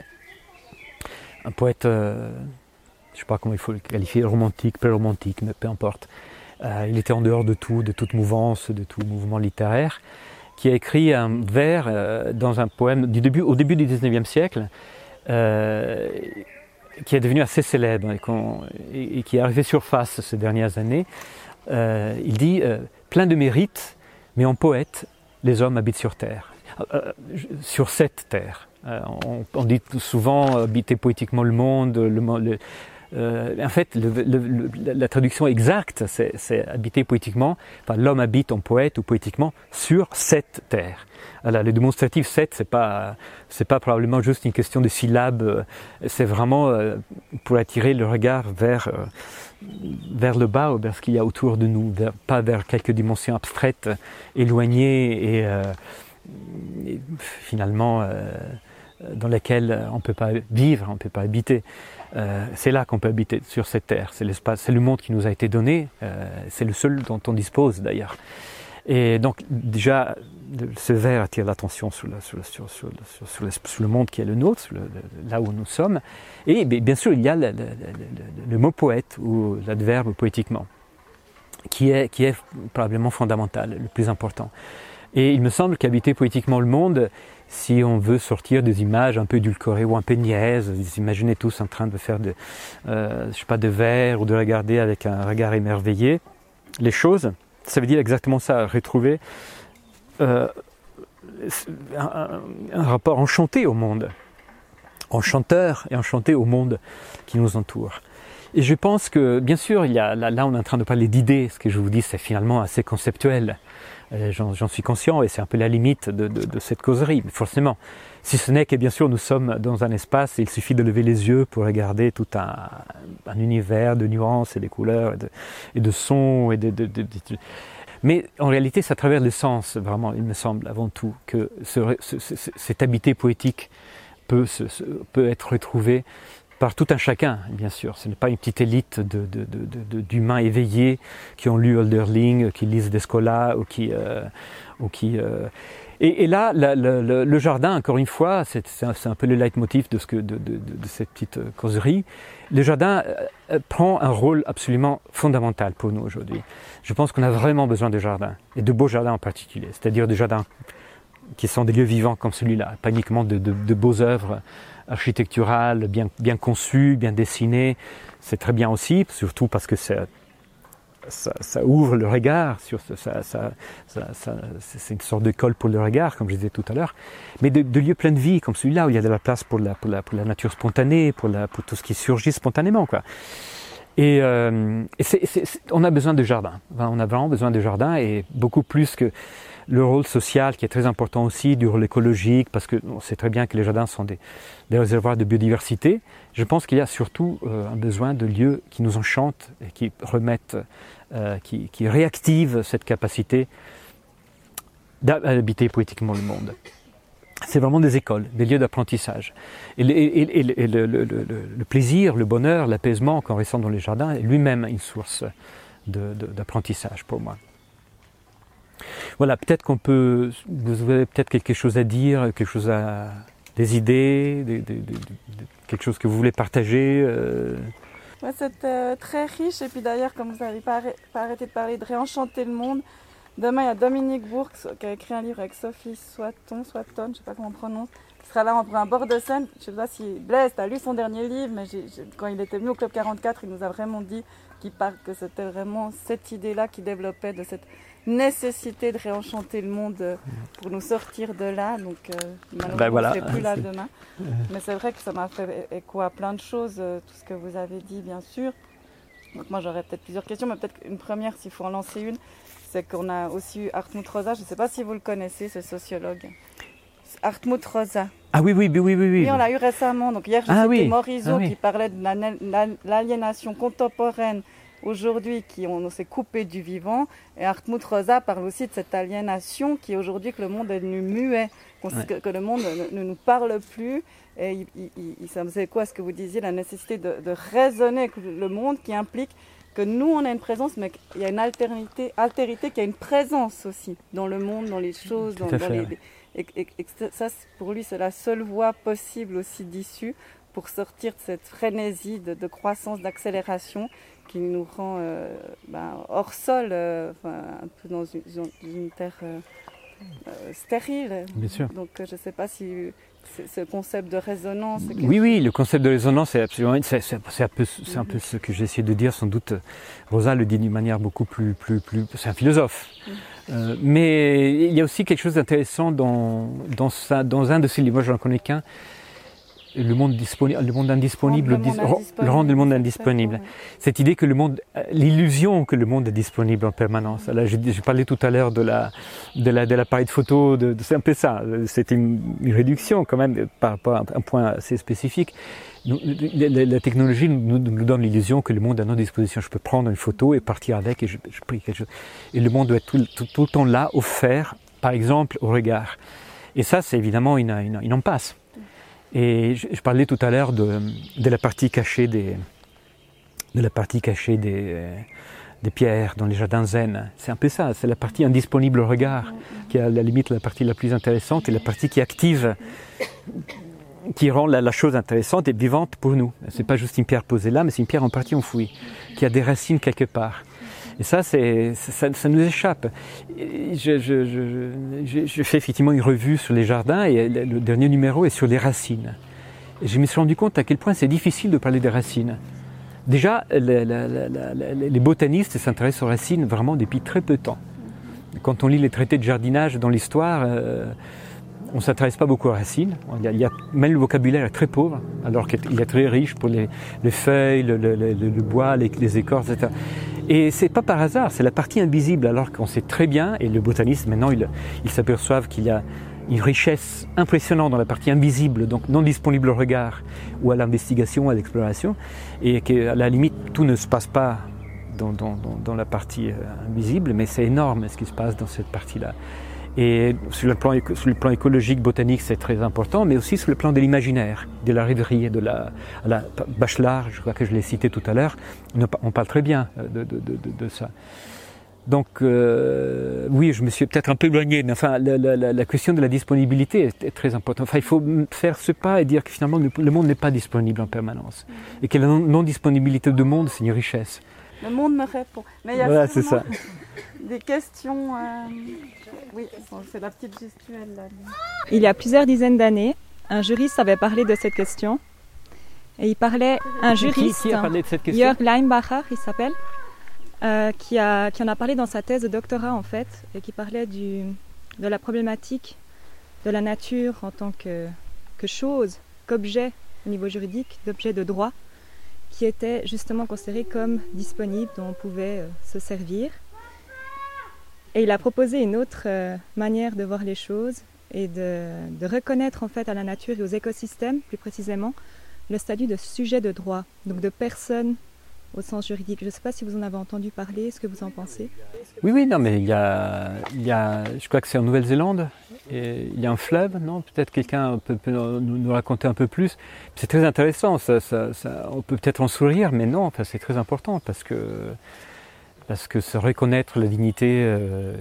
S2: Un poète, euh, je ne sais pas comment il faut le qualifier, romantique, pré-romantique, mais peu importe. Euh, il était en dehors de tout, de toute mouvance, de tout mouvement littéraire, qui a écrit un vers euh, dans un poème du début, au début du dix-neuvième siècle, euh, qui est devenu assez célèbre et, et, et qui est arrivé surface ces dernières années. Euh, il dit euh, « Plein de mérite, mais en poète, les hommes habitent sur terre, euh, sur cette terre ». Euh, on, on dit souvent habiter poétiquement le monde. Le, le, euh, en fait, le, le, le, la traduction exacte, c'est, c'est habiter poétiquement. Enfin, l'homme habite en poète ou poétiquement sur cette terre. Voilà, le démonstratif cette, c'est pas, c'est pas probablement juste une question de syllabes. C'est vraiment euh, pour attirer le regard vers, euh, vers le bas ou vers ce qu'il y a autour de nous, vers, pas vers quelques dimensions abstraites, éloignées et, euh, et finalement. Euh, dans lesquels on ne peut pas vivre, on ne peut pas habiter. Euh, c'est là qu'on peut habiter, sur cette terre. C'est l'espace, c'est le monde qui nous a été donné, euh, c'est le seul dont on dispose d'ailleurs. Et donc déjà, ce vers attire l'attention sur le, sur, le, sur, sur, sur, sur, le, sur le monde qui est le nôtre, sur le, le, là où nous sommes. Et bien sûr, il y a le, le, le, le mot poète ou l'adverbe poétiquement, qui est, qui est probablement fondamental, le plus important. Et il me semble qu'habiter poétiquement le monde, si on veut sortir des images un peu édulcorées ou un peu niaises, vous imaginez tous en train de faire de, euh, je sais pas, de vers ou de regarder avec un regard émerveillé les choses, ça veut dire exactement ça, retrouver euh, un, un rapport enchanté au monde, enchanteur et enchanté au monde qui nous entoure. Et je pense que, bien sûr, il y a, là, là, on est en train de parler d'idées. Ce que je vous dis, c'est finalement assez conceptuel. Euh, j'en, j'en suis conscient et c'est un peu la limite de, de, de cette causerie, forcément. Si ce n'est que, bien sûr, nous sommes dans un espace et il suffit de lever les yeux pour regarder tout un, un univers de nuances et de couleurs et de, et de sons et de, de, de, de... Mais en réalité, c'est à travers le sens, vraiment, il me semble, avant tout, que ce, ce, ce, cette habité poétique peut, se, peut être retrouvé par tout un chacun, bien sûr. Ce n'est pas une petite élite de, de, de, de, d'humains éveillés qui ont lu Hölderlin, qui lisent Descola, ou qui... Euh, ou qui euh... et, et là, la, la, la, le jardin, encore une fois, c'est, c'est, un, c'est un peu le leitmotiv de, ce que, de, de, de, de cette petite causerie. Le jardin euh, prend un rôle absolument fondamental pour nous aujourd'hui. Je pense qu'on a vraiment besoin de jardins, et de beaux jardins en particulier, c'est-à-dire des jardins qui sont des lieux vivants comme celui-là, pas uniquement de, de, de beaux œuvres architecturales, bien, bien conçues, bien dessinées. C'est très bien aussi, surtout parce que c'est, ça, ça ouvre le regard, sur ce, ça, ça, ça, ça, c'est une sorte de colle pour le regard, comme je disais tout à l'heure. Mais de, de lieux pleins de vie, comme celui-là, où il y a de la place pour la, pour la, pour la nature spontanée, pour, la, pour tout ce qui surgit spontanément, quoi. Et, euh, et c'est, c'est, c'est, on a besoin de jardins. Enfin, on a vraiment besoin de jardins, et beaucoup plus que le rôle social qui est très important aussi, du rôle écologique, parce que on sait très bien que les jardins sont des, des réservoirs de biodiversité. Je pense qu'il y a surtout euh, un besoin de lieux qui nous enchantent et qui remettent, euh, qui, qui réactivent cette capacité d'habiter poétiquement le monde. C'est vraiment des écoles, des lieux d'apprentissage. Et, et, et, et, et le, le, le, le plaisir, le bonheur, l'apaisement qu'on ressent dans les jardins est lui-même une source de, de, d'apprentissage pour moi. Voilà, peut-être qu'on peut, vous avez peut-être quelque chose à dire, quelque chose à, des idées, des, des, des, des, quelque chose que vous voulez partager. Euh...
S1: Ouais, c'est euh, très riche, et puis d'ailleurs, comme vous n'avez pas, pas arrêté de parler de réenchanter le monde, demain il y a Dominique Bourg qui a écrit un livre avec Sophie Soiton, Soiton, je ne sais pas comment on prononce, qui sera là pour un bord de scène. Je ne sais pas si Blaise, tu as lu son dernier livre, mais j'ai, j'ai, quand il était venu au Club quarante-quatre, il nous a vraiment dit qu'il parle, que c'était vraiment cette idée-là qui développait, de cette nécessité de réenchanter le monde pour nous sortir de là. Donc euh, malheureusement, ben voilà, je ne serai plus là c'est... demain. Mais c'est vrai que ça m'a fait écho à plein de choses, tout ce que vous avez dit, bien sûr. Donc moi, j'aurais peut-être plusieurs questions, mais peut-être une première, s'il faut en lancer une, c'est qu'on a aussi eu Hartmut Rosa. Je ne sais pas si vous le connaissez, ce sociologue. Hartmut Rosa.
S2: Ah oui, oui, oui, oui, oui.
S1: Oui, on l'a eu récemment. Donc hier, j'ai
S2: ah,
S1: cité
S2: oui.
S1: Morisot
S2: ah, oui.
S1: qui parlait de la, la, l'aliénation contemporaine aujourd'hui, qui on, on s'est coupé du vivant. Et Hartmut Rosa parle aussi de cette aliénation qui est aujourd'hui, que le monde est devenu muet, ouais. que, que le monde ne, ne nous parle plus. Et il, il, il, ça me faisait quoi ce que vous disiez, la nécessité de, de raisonner avec le monde, qui implique que nous, on a une présence, mais qu'il y a une altérité, altérité qui a une présence aussi dans le monde, dans les choses, dans, dans les... Ouais. Et, et, et ça, pour lui, c'est la seule voie possible aussi d'issue pour sortir de cette frénésie de, de croissance, d'accélération qui nous rend euh, ben, hors sol, euh, enfin, un peu dans une, une terre euh, euh, stérile.
S2: Bien sûr.
S1: Donc euh, je ne sais pas si ce concept de résonance...
S2: Oui, oui, le concept de résonance, c'est absolument, c'est, c'est, c'est, un, peu, c'est un peu ce que j'ai essayé de dire, sans doute. Rosa le dit d'une manière beaucoup plus... plus, plus c'est un philosophe. Mm. Euh, mais il y a aussi quelque chose d'intéressant dans, dans, sa, dans un de ses livres, moi je n'en connais qu'un, le monde disponible, le monde indisponible, le, monde indisponible, le rendre le monde indisponible. Ouais. Cette idée que le monde, l'illusion que le monde est disponible en permanence. Là, j'ai, j'ai parlé tout à l'heure de la, de la, de l'appareil de photo, de, de, c'est un peu ça. C'est une, une réduction quand même par rapport à un point assez spécifique. Nous, la, la technologie nous, nous donne l'illusion que le monde est à notre disposition. Je peux prendre une photo et partir avec et je, je prie quelque chose. Et le monde doit être tout, tout, tout le temps là, offert, par exemple, au regard. Et ça, c'est évidemment une, une, une impasse. Et je, je parlais tout à l'heure de, de la partie cachée des, de la partie cachée des, des pierres dans les jardins zen. C'est un peu ça, c'est la partie indisponible au regard, qui est à la limite la partie la plus intéressante et la partie qui active, qui rend la, la chose intéressante et vivante pour nous. C'est pas juste une pierre posée là, mais c'est une pierre en partie enfouie, qui a des racines quelque part. Et ça, c'est, ça, ça nous échappe. Je, je, je, je, je fais effectivement une revue sur les jardins et le dernier numéro est sur les racines. Et je me suis rendu compte à quel point c'est difficile de parler des racines. Déjà, les, les, les, les botanistes s'intéressent aux racines vraiment depuis très peu de temps. Quand on lit les traités de jardinage dans l'histoire, euh, on ne s'intéresse pas beaucoup aux racines. Il y a, il y a, même le vocabulaire est très pauvre, alors qu'il est très riche pour les, les feuilles, le, le, le, le bois, les, les écorces, et cetera. Et c'est pas par hasard, c'est la partie invisible, alors qu'on sait très bien, et le botaniste maintenant, il, il s'aperçoivent qu'il y a une richesse impressionnante dans la partie invisible, donc non disponible au regard ou à l'investigation, à l'exploration, et qu'à la limite, tout ne se passe pas dans, dans, dans, dans la partie invisible, mais c'est énorme ce qui se passe dans cette partie-là. Et sur le plan, sur le plan écologique, botanique, c'est très important, mais aussi sur le plan de l'imaginaire, de la rêverie, de la, la Bachelard, je crois que je l'ai cité tout à l'heure, on parle très bien de, de, de, de ça. Donc euh, oui, je me suis peut-être un peu éloigné, mais enfin la, la, la question de la disponibilité est, est très importante. Enfin, il faut faire ce pas et dire que finalement le monde n'est pas disponible en permanence, et que la non-disponibilité du monde, c'est une richesse.
S1: Le monde me répond. Mais il y a
S2: voilà, c'est ça.
S1: Des questions. Euh... Oui, c'est la petite gestuelle là.
S4: Il y a plusieurs dizaines d'années, un juriste avait parlé de cette question. Et il parlait, un juriste,
S2: qui, qui a parlé de cette question?
S4: Jörg Leinbacher, il s'appelle, euh, qui, a, qui en a parlé dans sa thèse de doctorat en fait, et qui parlait du, de la problématique de la nature en tant que, que chose, qu'objet au niveau juridique, d'objet de droit, qui était justement considéré comme disponible, dont on pouvait euh, se servir. Et il a proposé une autre euh, manière de voir les choses et de, de reconnaître en fait à la nature et aux écosystèmes, plus précisément, le statut de sujet de droit, donc de personne au sens juridique. Je ne sais pas si vous en avez entendu parler, ce que vous en pensez.
S2: Oui, oui, non, mais il y a, il y a je crois que c'est en Nouvelle-Zélande, et il y a un fleuve, non? Peut-être quelqu'un peut, peut nous, nous raconter un peu plus. C'est très intéressant, ça, ça, ça, on peut peut-être en sourire, mais non, enfin, c'est très important parce que, parce que se reconnaître la dignité euh,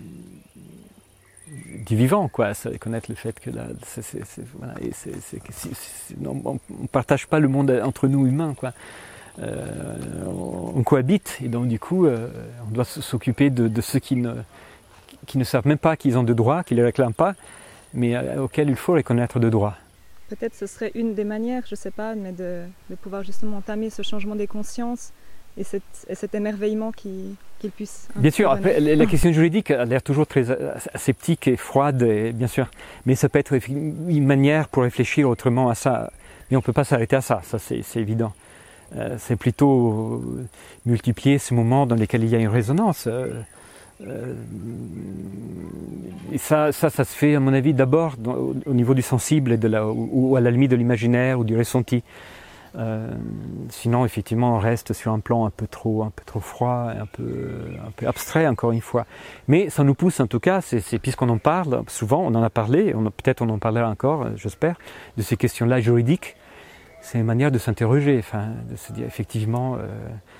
S2: du vivant, quoi, se reconnaître le fait que là, c'est, c'est, c'est, voilà, et c'est, c'est, c'est, c'est, on ne partage pas le monde entre nous humains, quoi. Euh, on cohabite et donc du coup euh, on doit s'occuper de, de ceux qui ne, qui ne savent même pas qu'ils ont de droits, qui ne les réclament pas, mais euh, auxquels il faut reconnaître de droits.
S4: Peut-être ce serait une des manières, je ne sais pas, mais de, de pouvoir justement entamer ce changement des consciences et, cette, et cet émerveillement qui, qu'il puisse...
S2: Bien sûr, après, la question juridique a l'air toujours très sceptique et froide, et, bien sûr, mais ça peut être une manière pour réfléchir autrement à ça, mais on ne peut pas s'arrêter à ça, ça c'est, c'est évident. Euh, c'est plutôt euh, multiplier ces moments dans lesquels il y a une résonance. Euh, euh, et ça, ça, ça se fait, à mon avis, d'abord dans, au, au niveau du sensible et de la, ou, ou à la limite de l'imaginaire ou du ressenti. Euh, sinon, effectivement, on reste sur un plan un peu trop, un peu trop froid, un peu, un peu abstrait, encore une fois. Mais ça nous pousse, en tout cas, c'est, c'est, puisqu'on en parle souvent, on en a parlé, on a, peut-être on en parlera encore, j'espère, de ces questions-là juridiques. C'est une manière de s'interroger, enfin, de se dire effectivement. Euh,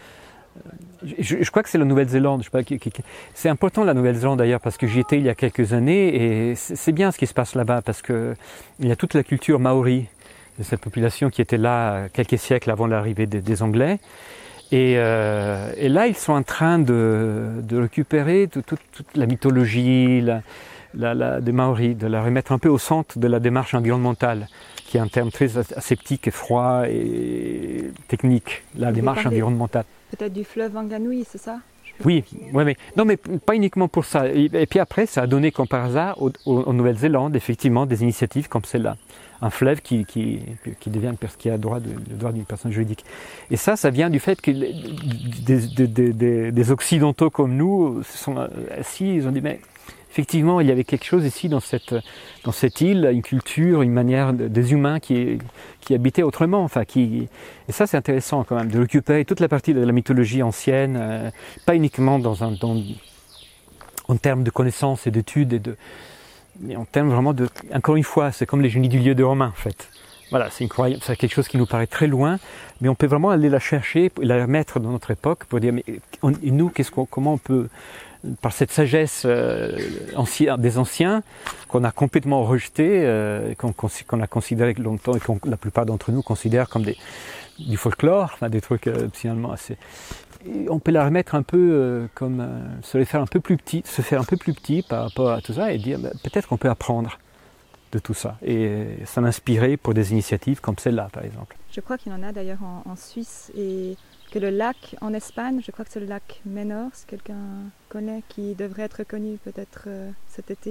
S2: je, je crois que c'est la Nouvelle-Zélande. Je sais pas, qui, qui, c'est important la Nouvelle-Zélande d'ailleurs parce que j'y étais il y a quelques années et c'est, c'est bien ce qui se passe là-bas parce que il y a toute la culture maori de cette population qui était là quelques siècles avant l'arrivée des, des Anglais. Et, euh, et là, ils sont en train de, de récupérer toute, toute, toute la mythologie la, la, la, des Maoris, de la remettre un peu au centre de la démarche environnementale, qui est un terme très aseptique et froid et technique, la démarche environnementale.
S4: Peut-être du fleuve Wanganui, c'est ça?
S2: Oui, ouais, mais non, mais pas uniquement pour ça. Et, et puis après, ça a donné, comme par hasard, au, au, en Nouvelle-Zélande, effectivement, des initiatives comme celle-là. Un fleuve qui, qui, qui devient qui a droit de, le droit d'une personne juridique. Et ça, ça vient du fait que les, des, des, des, des Occidentaux comme nous se sont assis, ils ont dit, mais effectivement, il y avait quelque chose ici dans cette, dans cette île, une culture, une manière de, des humains qui, qui habitaient autrement. Enfin, qui, et ça, c'est intéressant quand même, de récupérer toute la partie de la mythologie ancienne, euh, pas uniquement dans un, dans, en termes de connaissances et d'études, et de, mais en termes vraiment de... Encore une fois, c'est comme les génies du lieu de Romain, en fait. Voilà, c'est, une, c'est quelque chose qui nous paraît très loin, mais on peut vraiment aller la chercher, la mettre dans notre époque, pour dire, mais on, nous, qu'est-ce qu'on, comment on peut... par cette sagesse euh, ancien, des anciens qu'on a complètement rejetée, euh, qu'on, qu'on a considéré longtemps et que la plupart d'entre nous considèrent comme des, du folklore, enfin des trucs euh, finalement assez... Et on peut la remettre un peu euh, comme... Euh, se les faire un peu plus petit, se faire un peu plus petit par rapport à tout ça et dire bah, peut-être qu'on peut apprendre de tout ça et s'en inspirer pour des initiatives comme celle-là par exemple.
S4: Je crois qu'il y en a d'ailleurs en, en Suisse et que le lac en Espagne, je crois que c'est le lac Menor, si quelqu'un connaît, qui devrait être connu peut-être euh, cet été,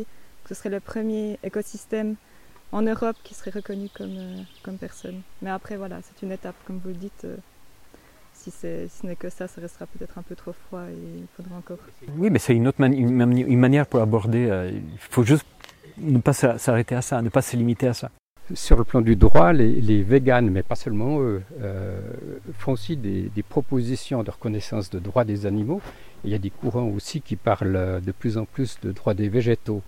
S4: ce serait le premier écosystème en Europe qui serait reconnu comme, euh, comme personne. Mais après, voilà, c'est une étape, comme vous le dites. Euh, si, c'est, si ce n'est que ça, ça restera peut-être un peu trop froid et il faudra encore...
S2: Oui, mais c'est une autre mani- une, mani- une manière pour aborder. Euh, il faut juste ne pas s'arrêter à ça, ne pas se limiter à ça.
S5: Sur le plan du droit, les, les véganes, mais pas seulement eux, euh, font aussi des, des propositions de reconnaissance de droits des animaux. Il y a des courants aussi qui parlent de plus en plus de droits des végétaux.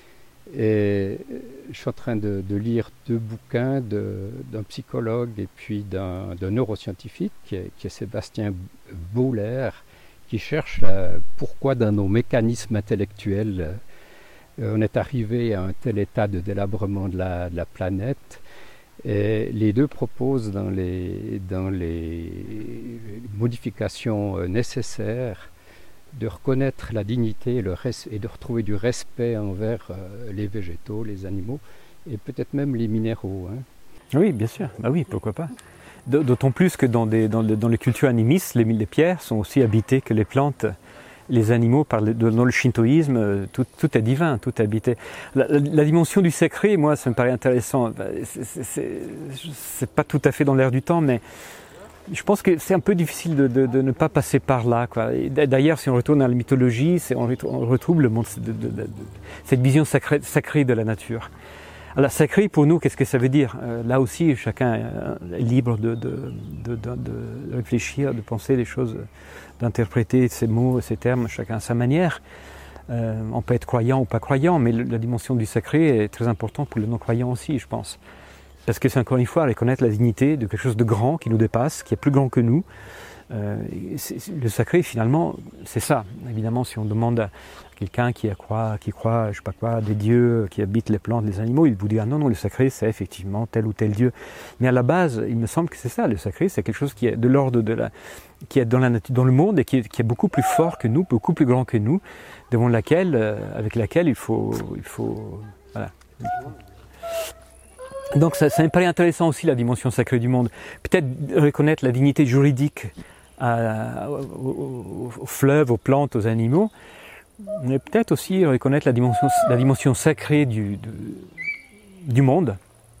S5: Et je suis en train de, de lire deux bouquins de, d'un psychologue et puis d'un, d'un neuroscientifique qui est, qui est Sébastien Bohler, qui cherche euh, pourquoi dans nos mécanismes intellectuels euh, on est arrivé à un tel état de délabrement de la, de la planète. Et les deux proposent dans les, dans les modifications nécessaires de reconnaître la dignité et, le res- et de retrouver du respect envers euh, les végétaux, les animaux et peut-être même les minéraux. Hein.
S2: Oui, bien sûr. Bah oui, pourquoi pas. D'autant plus que dans, des, dans, le, dans les cultures animistes, les, les pierres sont aussi habitées que les plantes, les animaux. Par le, dans le shintoïsme, tout, tout est divin, tout est habité. La, la, la dimension du sacré, moi, ça me paraît intéressant. C'est, c'est, c'est, c'est pas tout à fait dans l'air du temps, mais je pense que c'est un peu difficile de, de, de ne pas passer par là, quoi. Et d'ailleurs, si on retourne à la mythologie, c'est, on, retrouve, on retrouve le monde de, de, de, de, cette vision sacrée, sacrée de la nature. Alors, sacré pour nous, qu'est-ce que ça veut dire? euh, Là aussi, chacun est libre de, de, de, de, de réfléchir, de penser les choses, d'interpréter ces mots, ces termes, chacun à sa manière. Euh, on peut être croyant ou pas croyant, mais le, la dimension du sacré est très importante pour les non-croyants aussi, je pense. Parce que c'est encore une fois reconnaître la dignité de quelque chose de grand qui nous dépasse, qui est plus grand que nous. Euh, c'est, c'est, le sacré, finalement, c'est ça. Évidemment, si on demande à quelqu'un qui croit, qui croit, je sais pas quoi, des dieux qui habitent les plantes, les animaux, il vous dira non, non, le sacré, c'est effectivement tel ou tel dieu. Mais à la base, il me semble que c'est ça. Le sacré, c'est quelque chose qui est de l'ordre de la, qui est dans la nature, dans le monde et qui est, qui est beaucoup plus fort que nous, beaucoup plus grand que nous, devant laquelle, euh, avec laquelle il faut, il faut, voilà. Donc ça, ça me paraît intéressant aussi, la dimension sacrée du monde. Peut-être reconnaître la dignité juridique à, aux, aux fleuves, aux plantes, aux animaux, mais peut-être aussi reconnaître la dimension, la dimension sacrée du, de, du monde.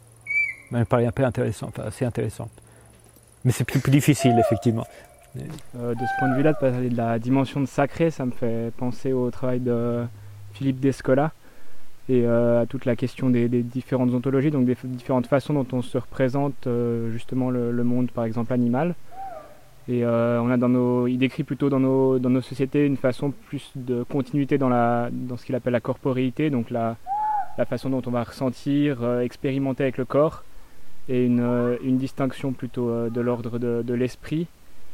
S2: Ça me paraît un peu intéressant, enfin assez intéressant. Mais c'est plus, plus difficile, effectivement.
S6: Euh, de ce point de vue-là, de parler de la dimension de sacré, ça me fait penser au travail de Philippe Descola, et euh, à toute la question des, des différentes ontologies, donc des f- différentes façons dont on se représente euh, justement le, le monde, par exemple animal. Et euh, on a dans nos, il décrit plutôt dans nos, dans nos sociétés une façon plus de continuité dans, la, dans ce qu'il appelle la corporéité, donc la, la façon dont on va ressentir, euh, expérimenter avec le corps, et une, euh, une distinction plutôt euh, de l'ordre de, de l'esprit,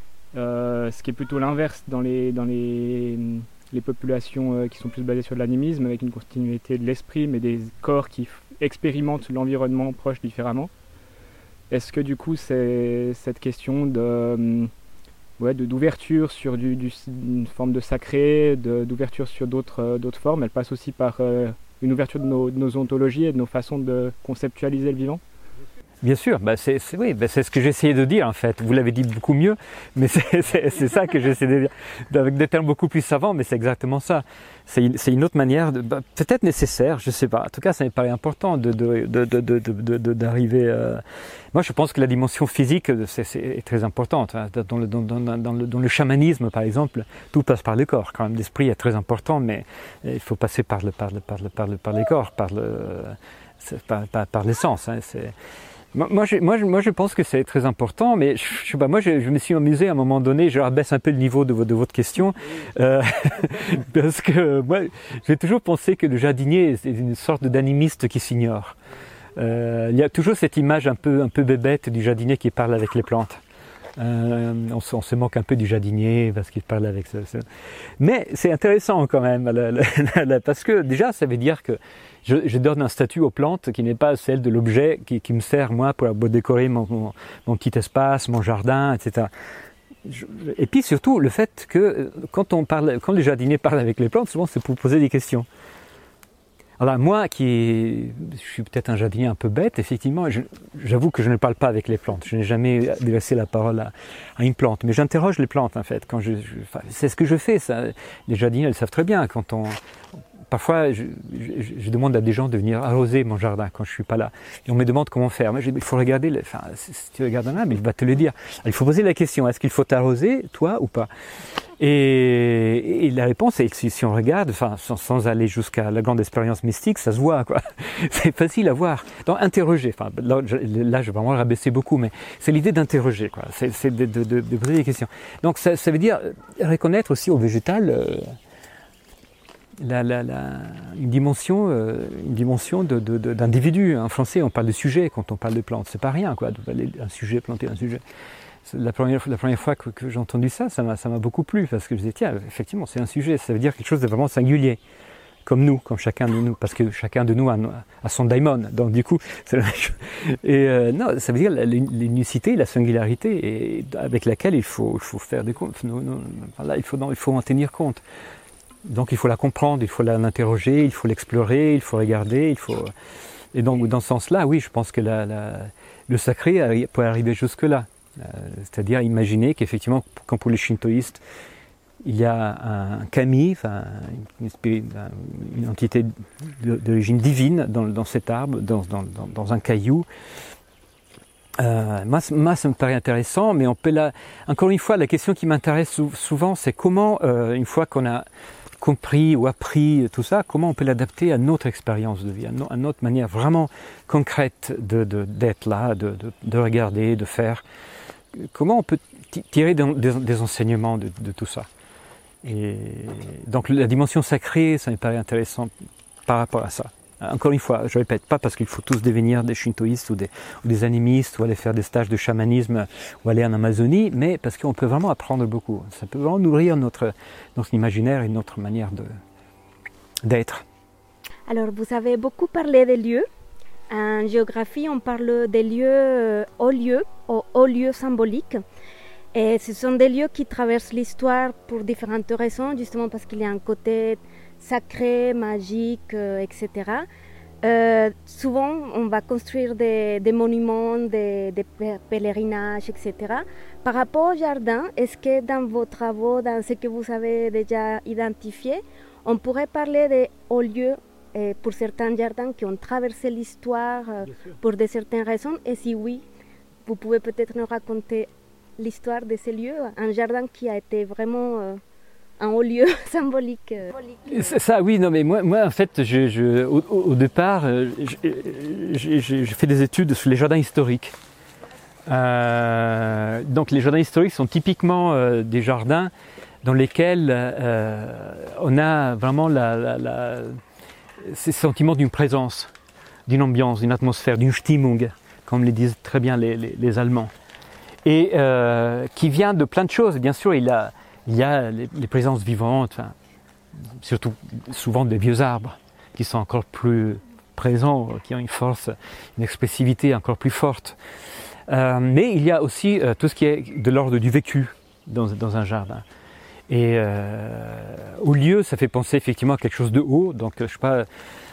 S6: euh, ce qui est plutôt l'inverse dans les... Dans les les populations euh, qui sont plus basées sur l'animisme, avec une continuité de l'esprit, mais des corps qui f- expérimentent l'environnement proche différemment. Est-ce que du coup, c'est cette question de, euh, ouais, de, d'ouverture sur du, du, une forme de sacré, de, d'ouverture sur d'autres, euh, d'autres formes, elle passe aussi par euh, une ouverture de nos, de nos ontologies et de nos façons de conceptualiser le vivant?
S2: Bien sûr, bah c'est, c'est, oui, bah c'est ce que j'essayais de dire en fait. Vous l'avez dit beaucoup mieux, mais c'est, c'est, c'est ça que j'essaie de dire, avec des termes beaucoup plus savants, mais c'est exactement ça. C'est une, c'est une autre manière, de, bah, peut-être nécessaire, je sais pas. En tout cas, ça me paraît important de, de, de, de, de, de, de, d'arriver. Euh... Moi, je pense que la dimension physique c'est, c'est, est très importante. Hein. Dans, le, dans, dans, dans, le, dans le chamanisme, par exemple, tout passe par le corps. Quand même, l'esprit est très important, mais il faut passer par le, par le, par le, par le, par les corps, par le, par, par, par l'essence. Hein. C'est, Moi je, moi, je, moi, je pense que c'est très important, mais je, je sais pas, moi, je, je me suis amusé à un moment donné, je rabaisse un peu le niveau de, de votre question, euh, parce que moi, j'ai toujours pensé que le jardinier est une sorte d'animiste qui s'ignore. Euh, il y a toujours cette image un peu, un peu bébête du jardinier qui parle avec les plantes. Euh, on, se, on se moque un peu du jardinier parce qu'il parle avec ça. ça. Mais c'est intéressant quand même, la, la, la, parce que déjà, ça veut dire que je, je donne un statut aux plantes qui n'est pas celle de l'objet qui, qui me sert moi pour, pour décorer mon, mon, mon petit espace, mon jardin, et cetera. Je, et puis surtout le fait que quand on parle, quand les jardiniers parlent avec les plantes, souvent c'est pour poser des questions. Alors moi, qui je suis peut-être un jardinier un peu bête, effectivement, je, j'avoue que je ne parle pas avec les plantes. Je n'ai jamais adressé la parole à, à une plante, mais j'interroge les plantes en fait. Quand je, je, enfin, c'est ce que je fais. Ça. Les jardiniers, ils savent très bien quand on parfois, je, je, je demande à des gens de venir arroser mon jardin quand je suis pas là. Et on me demande comment faire. Moi, je dis, il faut regarder, le, enfin, si tu regardes là, mais il va te le dire. Alors, il faut poser la question, est-ce qu'il faut t'arroser, toi, ou pas? Et, et la réponse est, si, si on regarde, enfin, sans, sans aller jusqu'à la grande expérience mystique, ça se voit, quoi. C'est facile à voir. Donc, interroger. Enfin, là, je, là, je vais vraiment rabaisser beaucoup, mais c'est l'idée d'interroger, quoi. C'est, c'est de, de, de, de poser des questions. Donc, ça, ça veut dire reconnaître aussi au végétal euh, la, la, la, une dimension, euh, une dimension de, de, de, d'individu. En français, on parle de sujet quand on parle de plantes. C'est pas rien, quoi. Un sujet, planter un sujet. La première, la première fois que, que j'ai entendu ça, ça m'a, ça m'a beaucoup plu, parce que je disais, tiens, effectivement, c'est un sujet, ça veut dire quelque chose de vraiment singulier, comme nous, comme chacun de nous, parce que chacun de nous a, a son daimon, donc du coup, c'est la même chose. Et euh, non, ça veut dire l'unicité, la singularité, et avec laquelle il faut, il faut faire des comptes, non, non, là, il faut, non, il faut en tenir compte. Donc il faut la comprendre, il faut l'interroger, il faut l'explorer, il faut regarder, il faut... Et donc, dans ce sens-là, oui, je pense que la, la, le sacré peut arriver jusque-là. Euh, c'est-à-dire imaginer qu'effectivement, comme pour les shintoïstes, il y a un kami, enfin, une, une, une entité d'origine divine dans, dans cet arbre, dans, dans, dans, dans un caillou. Euh, moi, moi, ça me paraît intéressant, mais on peut la... Encore une fois, la question qui m'intéresse souvent, c'est comment, euh, une fois qu'on a compris ou appris tout ça, comment on peut l'adapter à notre expérience de vie, à, no, à notre manière vraiment concrète de, de, d'être là, de, de, de regarder, de faire. Comment on peut tirer des, des, des enseignements de, de tout ça? Et donc la dimension sacrée, ça me paraît intéressant par rapport à ça. Encore une fois, je répète, pas parce qu'il faut tous devenir des shintoïstes ou des, ou des animistes ou aller faire des stages de chamanisme ou aller en Amazonie, mais parce qu'on peut vraiment apprendre beaucoup. Ça peut vraiment nourrir notre, notre imaginaire et notre manière de, d'être.
S7: Alors, vous avez beaucoup parlé des lieux. En géographie, on parle des lieux hauts lieux, ou hauts lieux symboliques. Et ce sont des lieux qui traversent l'histoire pour différentes raisons, justement parce qu'il y a un côté sacré, magique, euh, et cetera. Euh, souvent, on va construire des, des monuments, des, des pèlerinages, et cetera. Par rapport au jardin, est-ce que dans vos travaux, dans ce que vous avez déjà identifié, on pourrait parler de hauts lieux euh, pour certains jardins qui ont traversé l'histoire euh, pour de certaines raisons? Et si oui, vous pouvez peut-être nous raconter l'histoire de ces lieux, un jardin qui a été vraiment euh, un haut lieu symbolique. Euh.
S2: C'est ça, oui, non, mais moi, moi en fait, je, je, au, au départ, euh, j'ai fait des études sur les jardins historiques. Euh, donc, les jardins historiques sont typiquement euh, des jardins dans lesquels euh, on a vraiment la, la, la, ce sentiment d'une présence, d'une ambiance, d'une atmosphère, d'une Stimmung, comme le disent très bien les, les, les Allemands. Et euh, qui vient de plein de choses. Bien sûr, il y a, il y a les, les présences vivantes, enfin, surtout souvent des vieux arbres, qui sont encore plus présents, qui ont une force, une expressivité encore plus forte. Euh, mais il y a aussi euh, tout ce qui est de l'ordre du vécu dans, dans un jardin. Et euh, au lieu, ça fait penser effectivement à quelque chose de haut, donc je sais pas,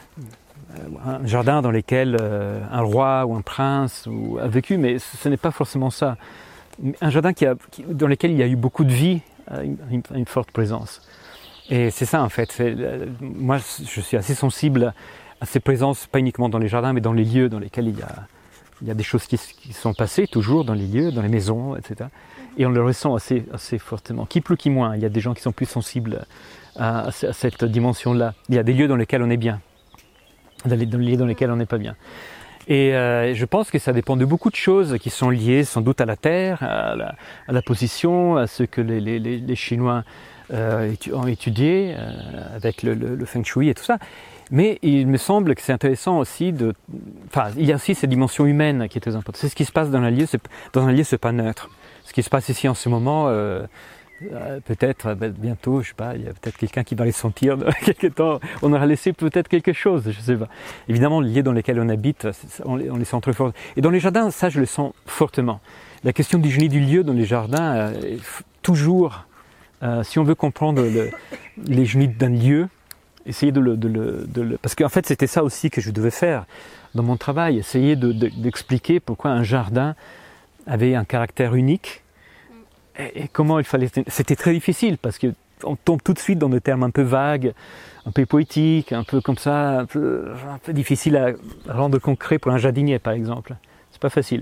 S2: un jardin dans lequel euh, un roi ou un prince ou a vécu, mais ce, ce n'est pas forcément ça. Un jardin qui a, qui, dans lequel il y a eu beaucoup de vie, une, une, une forte présence. Et c'est ça en fait. Euh, moi, je suis assez sensible à ces présences, pas uniquement dans les jardins, mais dans les lieux dans lesquels il y a, il y a des choses qui, qui sont passées, toujours dans les lieux, dans les maisons, et cetera. Et on le ressent assez, assez fortement. Qui plus qui moins, il y a des gens qui sont plus sensibles à, à cette dimension-là. Il y a des lieux dans lesquels on est bien, dans les, dans les lieux dans lesquels on n'est pas bien. Et euh, je pense que ça dépend de beaucoup de choses qui sont liées sans doute à la terre, à la, à la position, à ce que les, les, les Chinois euh, ont étudié euh, avec le, le, le Feng Shui et tout ça. Mais il me semble que c'est intéressant aussi de... Enfin, il y a aussi cette dimension humaine qui est très importante. C'est ce qui se passe dans un lieu, c'est, dans un lieu, c'est pas neutre. Ce qui se passe ici en ce moment... Euh, Euh, peut-être ben, bientôt, je sais pas, il y a peut-être quelqu'un qui va les sentir dans quelques temps, on aura laissé peut-être quelque chose, je sais pas. Évidemment, les lieux dans lesquels on habite, on les, on les sent très fort. Et dans les jardins, ça je le sens fortement. La question du génie du lieu dans les jardins, euh, toujours, euh, si on veut comprendre le, les génies d'un lieu, essayer de le, de le, de le... Parce qu'en fait c'était ça aussi que je devais faire dans mon travail, essayer de, de, d'expliquer pourquoi un jardin avait un caractère unique. Et comment il fallait... C'était très difficile parce que on tombe tout de suite dans des termes un peu vagues, un peu poétiques, un peu comme ça, un peu, un peu difficile à rendre concret pour un jardinier par exemple. C'est pas facile.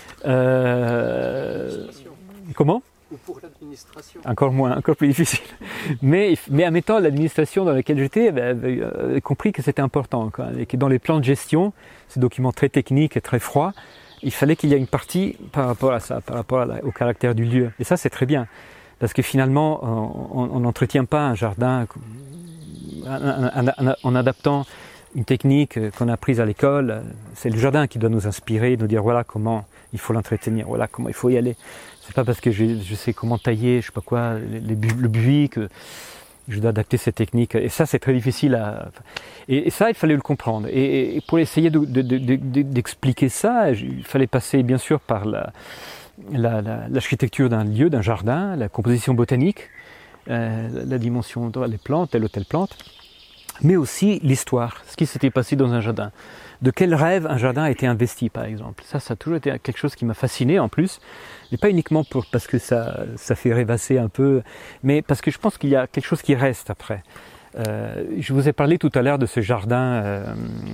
S2: Euh... Comment ?
S5: Ou pour l'administration.
S2: Encore moins, encore plus difficile. Mais, mais en mettant l'administration dans laquelle j'étais, ben, avait compris que c'était important, quoi, et que dans les plans de gestion, ces documents très techniques et très froids, il fallait qu'il y ait une partie par rapport à ça, par rapport à la, au caractère du lieu. Et ça, c'est très bien, parce que finalement, on n'entretient pas un jardin en, en, en adaptant une technique qu'on a apprise à l'école. C'est le jardin qui doit nous inspirer, nous dire voilà comment il faut l'entretenir, voilà comment il faut y aller. C'est pas parce que je, je sais comment tailler, je sais pas quoi, les, les, le buis que je dois adapter cette technique. Et ça, c'est très difficile à... Et, et ça, il fallait le comprendre. Et, et pour essayer de, de, de, de, d'expliquer ça, il fallait passer bien sûr par la, la, la, l'architecture d'un lieu, d'un jardin, la composition botanique, euh, la dimension des plantes, telle ou telle plante, mais aussi l'histoire, ce qui s'était passé dans un jardin. De quel rêve un jardin a été investi, par exemple. Ça, ça a toujours été quelque chose qui m'a fasciné en plus, mais pas uniquement pour, parce que ça, ça fait rêvasser un peu, mais parce que je pense qu'il y a quelque chose qui reste après. Euh, je vous ai parlé tout à l'heure de ce jardin euh,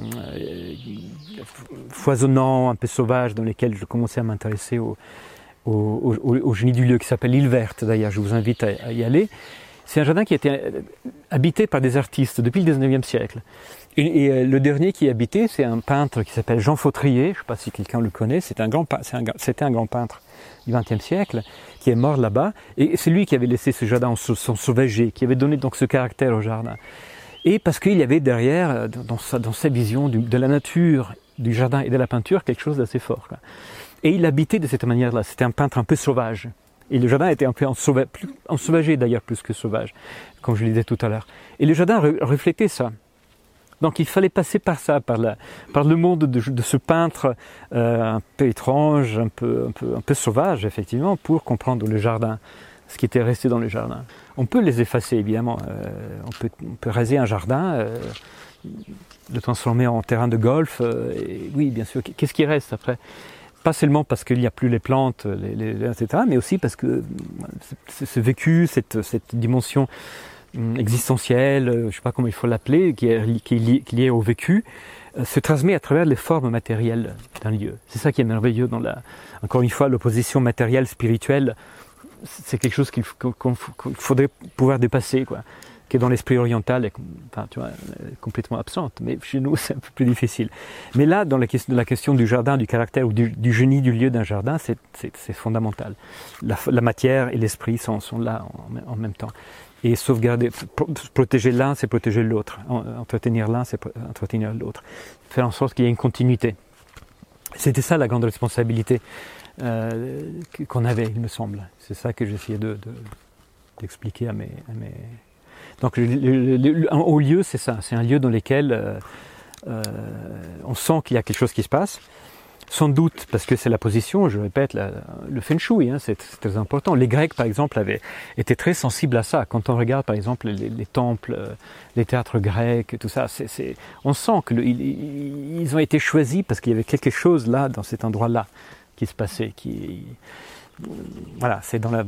S2: foisonnant, un peu sauvage, dans lequel je commençais à m'intéresser au, au, au, au génie du lieu, qui s'appelle l'île verte d'ailleurs, je vous invite à, à y aller. C'est un jardin qui a été habité par des artistes depuis le dix-neuvième siècle. Et, et le dernier qui y habitait, c'est un peintre qui s'appelle Jean Fautrier, je ne sais pas si quelqu'un le connaît, c'est un grand, c'est un, c'était un grand peintre du vingtième siècle, qui est mort là-bas, et c'est lui qui avait laissé ce jardin en sauvager, qui avait donné donc ce caractère au jardin. Et parce qu'il y avait derrière, dans sa, dans sa vision du, de la nature, du jardin et de la peinture, quelque chose d'assez fort, quoi. Et il habitait de cette manière-là, c'était un peintre un peu sauvage. Et le jardin était un peu ensauvagé d'ailleurs, plus que sauvage, comme je le disais tout à l'heure. Et le jardin re- reflétait ça. Donc il fallait passer par ça, par, la, par le monde de, de ce peintre euh, un peu étrange, un peu, un, peu, un peu sauvage, effectivement, pour comprendre le jardin, ce qui était resté dans le jardin. On peut les effacer, évidemment. Euh, on, peut, on peut raser un jardin, euh, le transformer en terrain de golf. Euh, et oui, bien sûr. Qu'est-ce qui reste après ? Pas seulement parce qu'il n'y a plus les plantes, les, les, et cetera, mais aussi parce que ce, ce vécu, cette, cette dimension existentielle, je ne sais pas comment il faut l'appeler, qui est, qui est liée, qui est liée au vécu, se transmet à travers les formes matérielles d'un lieu. C'est ça qui est merveilleux dans la... Encore une fois, l'opposition matérielle-spirituelle, c'est quelque chose qu'il, qu'il faudrait pouvoir dépasser, quoi. Qui est dans l'esprit oriental, est, enfin, tu vois, est complètement absente, mais chez nous c'est un peu plus difficile. Mais là, dans la question, la question du jardin, du caractère ou du, du génie du lieu d'un jardin, c'est, c'est, c'est fondamental. La, la matière et l'esprit sont, sont là en, en même temps. Et sauvegarder, protéger l'un, c'est protéger l'autre. Entretenir l'un, c'est entretenir l'autre. Faire en sorte qu'il y ait une continuité. C'était ça la grande responsabilité euh, qu'on avait, il me semble. C'est ça que j'essayais de, de, d'expliquer à mes... À mes... Donc le, le, le, un haut lieu, c'est ça. C'est un lieu dans lequel euh, euh, on sent qu'il y a quelque chose qui se passe. Sans doute, parce que c'est la position, je répète, la, le feng shui, hein, c'est, c'est très important. Les Grecs, par exemple, avaient été très sensibles à ça. Quand on regarde, par exemple, les, les temples, les théâtres grecs, tout ça, c'est, c'est, on sent qu'ils ils ont été choisis parce qu'il y avait quelque chose là, dans cet endroit-là, qui se passait. Qui, voilà, c'est dans, la,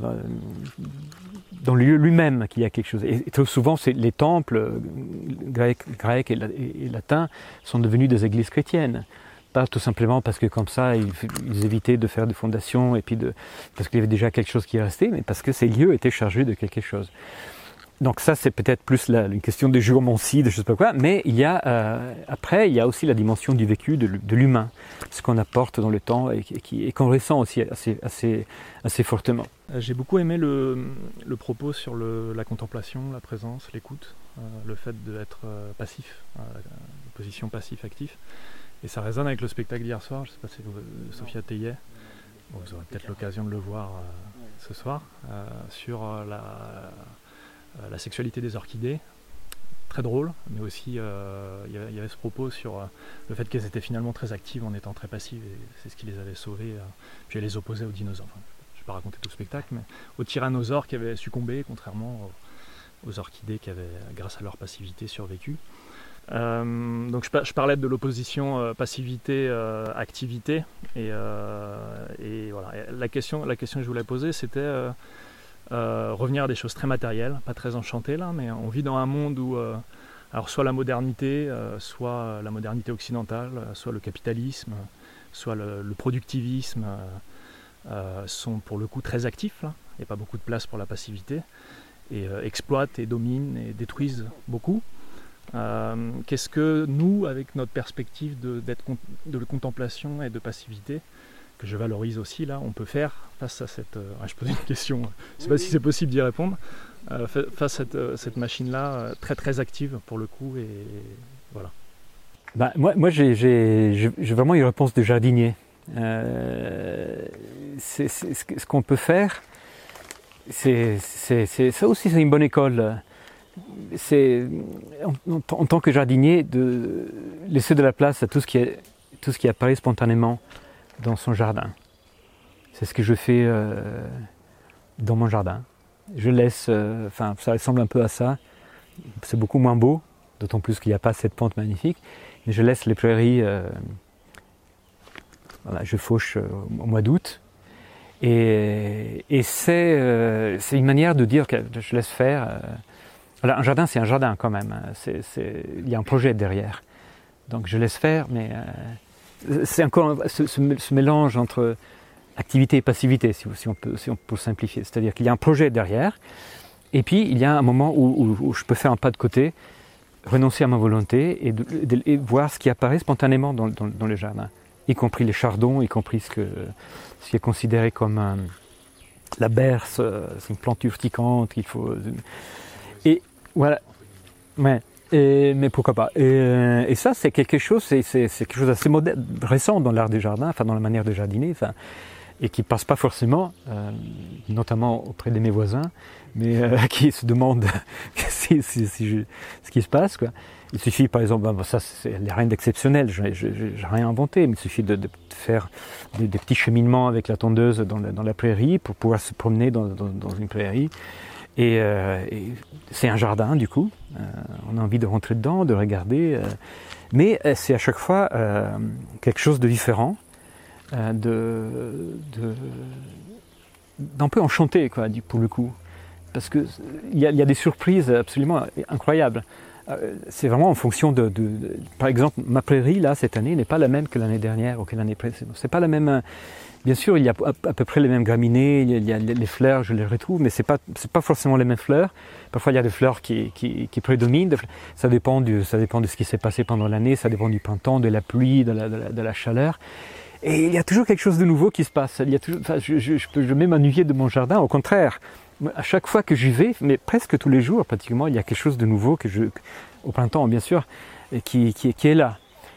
S2: dans le lieu lui-même qu'il y a quelque chose. Et très souvent, c'est, les temples grecs, grecs et, et, et latins sont devenus des églises chrétiennes. Pas tout simplement parce que comme ça, ils, ils évitaient de faire des fondations et puis de, parce qu'il y avait déjà quelque chose qui restait, mais parce que ces lieux étaient chargés de quelque chose. Donc ça, c'est peut-être plus la, une question de géomancie, de je sais pas quoi, mais il y a, euh, après, il y a aussi la dimension du vécu, de, de l'humain, ce qu'on apporte dans le temps et, qui, et qu'on ressent aussi assez, assez, assez fortement.
S8: J'ai beaucoup aimé le, le propos sur le, la contemplation, la présence, l'écoute, euh, le fait d'être euh, passif, euh, position passif-actif. Et ça résonne avec le spectacle d'hier soir, je ne sais pas si vous, Sophia Théier, bon, vous aurez peut-être l'occasion de le voir euh, ce soir, euh, sur euh, la, euh, la sexualité des orchidées. Très drôle, mais aussi euh, il y avait, y avait ce propos sur euh, le fait qu'elles étaient finalement très actives en étant très passives, et c'est ce qui les avait sauvées, euh, puis elles les opposaient aux dinosaures. Enfin, je ne vais pas raconter tout le spectacle, mais aux tyrannosaures qui avaient succombé, contrairement aux, aux orchidées qui avaient, grâce à leur passivité, survécu. Euh, donc je, je parlais de l'opposition euh, passivité-activité euh, et, euh, et voilà. Et la question, la question que je voulais poser, c'était euh, euh, revenir à des choses très matérielles, pas très enchantées là, mais on vit dans un monde où euh, alors soit la modernité, euh, soit la modernité occidentale, soit le capitalisme, soit le, le productivisme euh, euh, sont pour le coup très actifs là. Il n'y a pas beaucoup de place pour la passivité et euh, exploitent et dominent et détruisent beaucoup. Euh, qu'est-ce que nous, avec notre perspective de, d'être, de contemplation et de passivité, que je valorise aussi là, on peut faire face à cette... Euh, je pose une question, je ne sais pas si c'est possible d'y répondre, euh, face à cette, euh, cette machine-là, euh, très très active pour le coup, et, et voilà.
S2: Bah, moi, moi j'ai, j'ai, j'ai vraiment une réponse de jardinier. Euh, c'est, c'est, ce qu'on peut faire, c'est, c'est, c'est, ça aussi c'est une bonne école. C'est en, en, en tant que jardinier de laisser de la place à tout ce qui, est, tout ce qui apparaît spontanément dans son jardin. C'est ce que je fais euh, dans mon jardin. Je laisse, euh, enfin ça ressemble un peu à ça, c'est beaucoup moins beau, d'autant plus qu'il n'y a pas cette pente magnifique, mais je laisse les prairies, euh, voilà, je fauche euh, au mois d'août, et, et c'est, euh, c'est une manière de dire que je laisse faire. Euh, voilà, un jardin c'est un jardin quand même, c'est, c'est, il y a un projet derrière, donc je laisse faire, mais euh, c'est encore ce, ce, ce mélange entre activité et passivité, si, si, on peut, si on peut simplifier. C'est-à-dire qu'il y a un projet derrière, et puis il y a un moment où, où, où je peux faire un pas de côté, renoncer à ma volonté et, de, de, et voir ce qui apparaît spontanément dans, dans, dans le jardin, y compris les chardons, y compris ce, que, ce qui est considéré comme un, la berce, c'est une plante urticante qu'il faut... Et voilà, ouais. Et, mais pourquoi pas. Et, et ça, c'est quelque chose, c'est, c'est, c'est quelque chose d'assez moderne, récent dans l'art des jardins, enfin dans la manière de jardiner, enfin, et qui passe pas forcément, euh, notamment auprès de mes voisins, mais euh, qui se demandent si, si, si je, ce qui se passe, quoi. Il suffit, par exemple, ben, ça, c'est rien d'exceptionnel, je n'ai rien inventé, mais il suffit de, de faire des, des petits cheminements avec la tondeuse dans la, dans la prairie pour pouvoir se promener dans, dans, dans une prairie. Et, euh, et c'est un jardin du coup, euh, on a envie de rentrer dedans, de regarder, euh, mais c'est à chaque fois euh, quelque chose de différent, euh, de, de, d'un peu enchanté quoi, pour le coup, parce que il y, y a des surprises absolument incroyables. Euh, c'est vraiment en fonction de, de, de, par exemple, ma prairie là cette année n'est pas la même que l'année dernière ou que l'année précédente. C'est pas la même. Bien sûr, il y a à peu près les mêmes graminées, il y a les fleurs, je les retrouve, mais c'est pas c'est pas forcément les mêmes fleurs. Parfois, il y a des fleurs qui qui, qui prédominent. Ça dépend du ça dépend de ce qui s'est passé pendant l'année, ça dépend du printemps, de la pluie, de la de la, de la chaleur. Et il y a toujours quelque chose de nouveau qui se passe. Il y a toujours, enfin, je je je peux jamais m'ennuyer de mon jardin. Au contraire, à chaque fois que j'y vais, mais presque tous les jours, pratiquement, il y a quelque chose de nouveau que je au printemps, bien sûr, qui qui qui est là.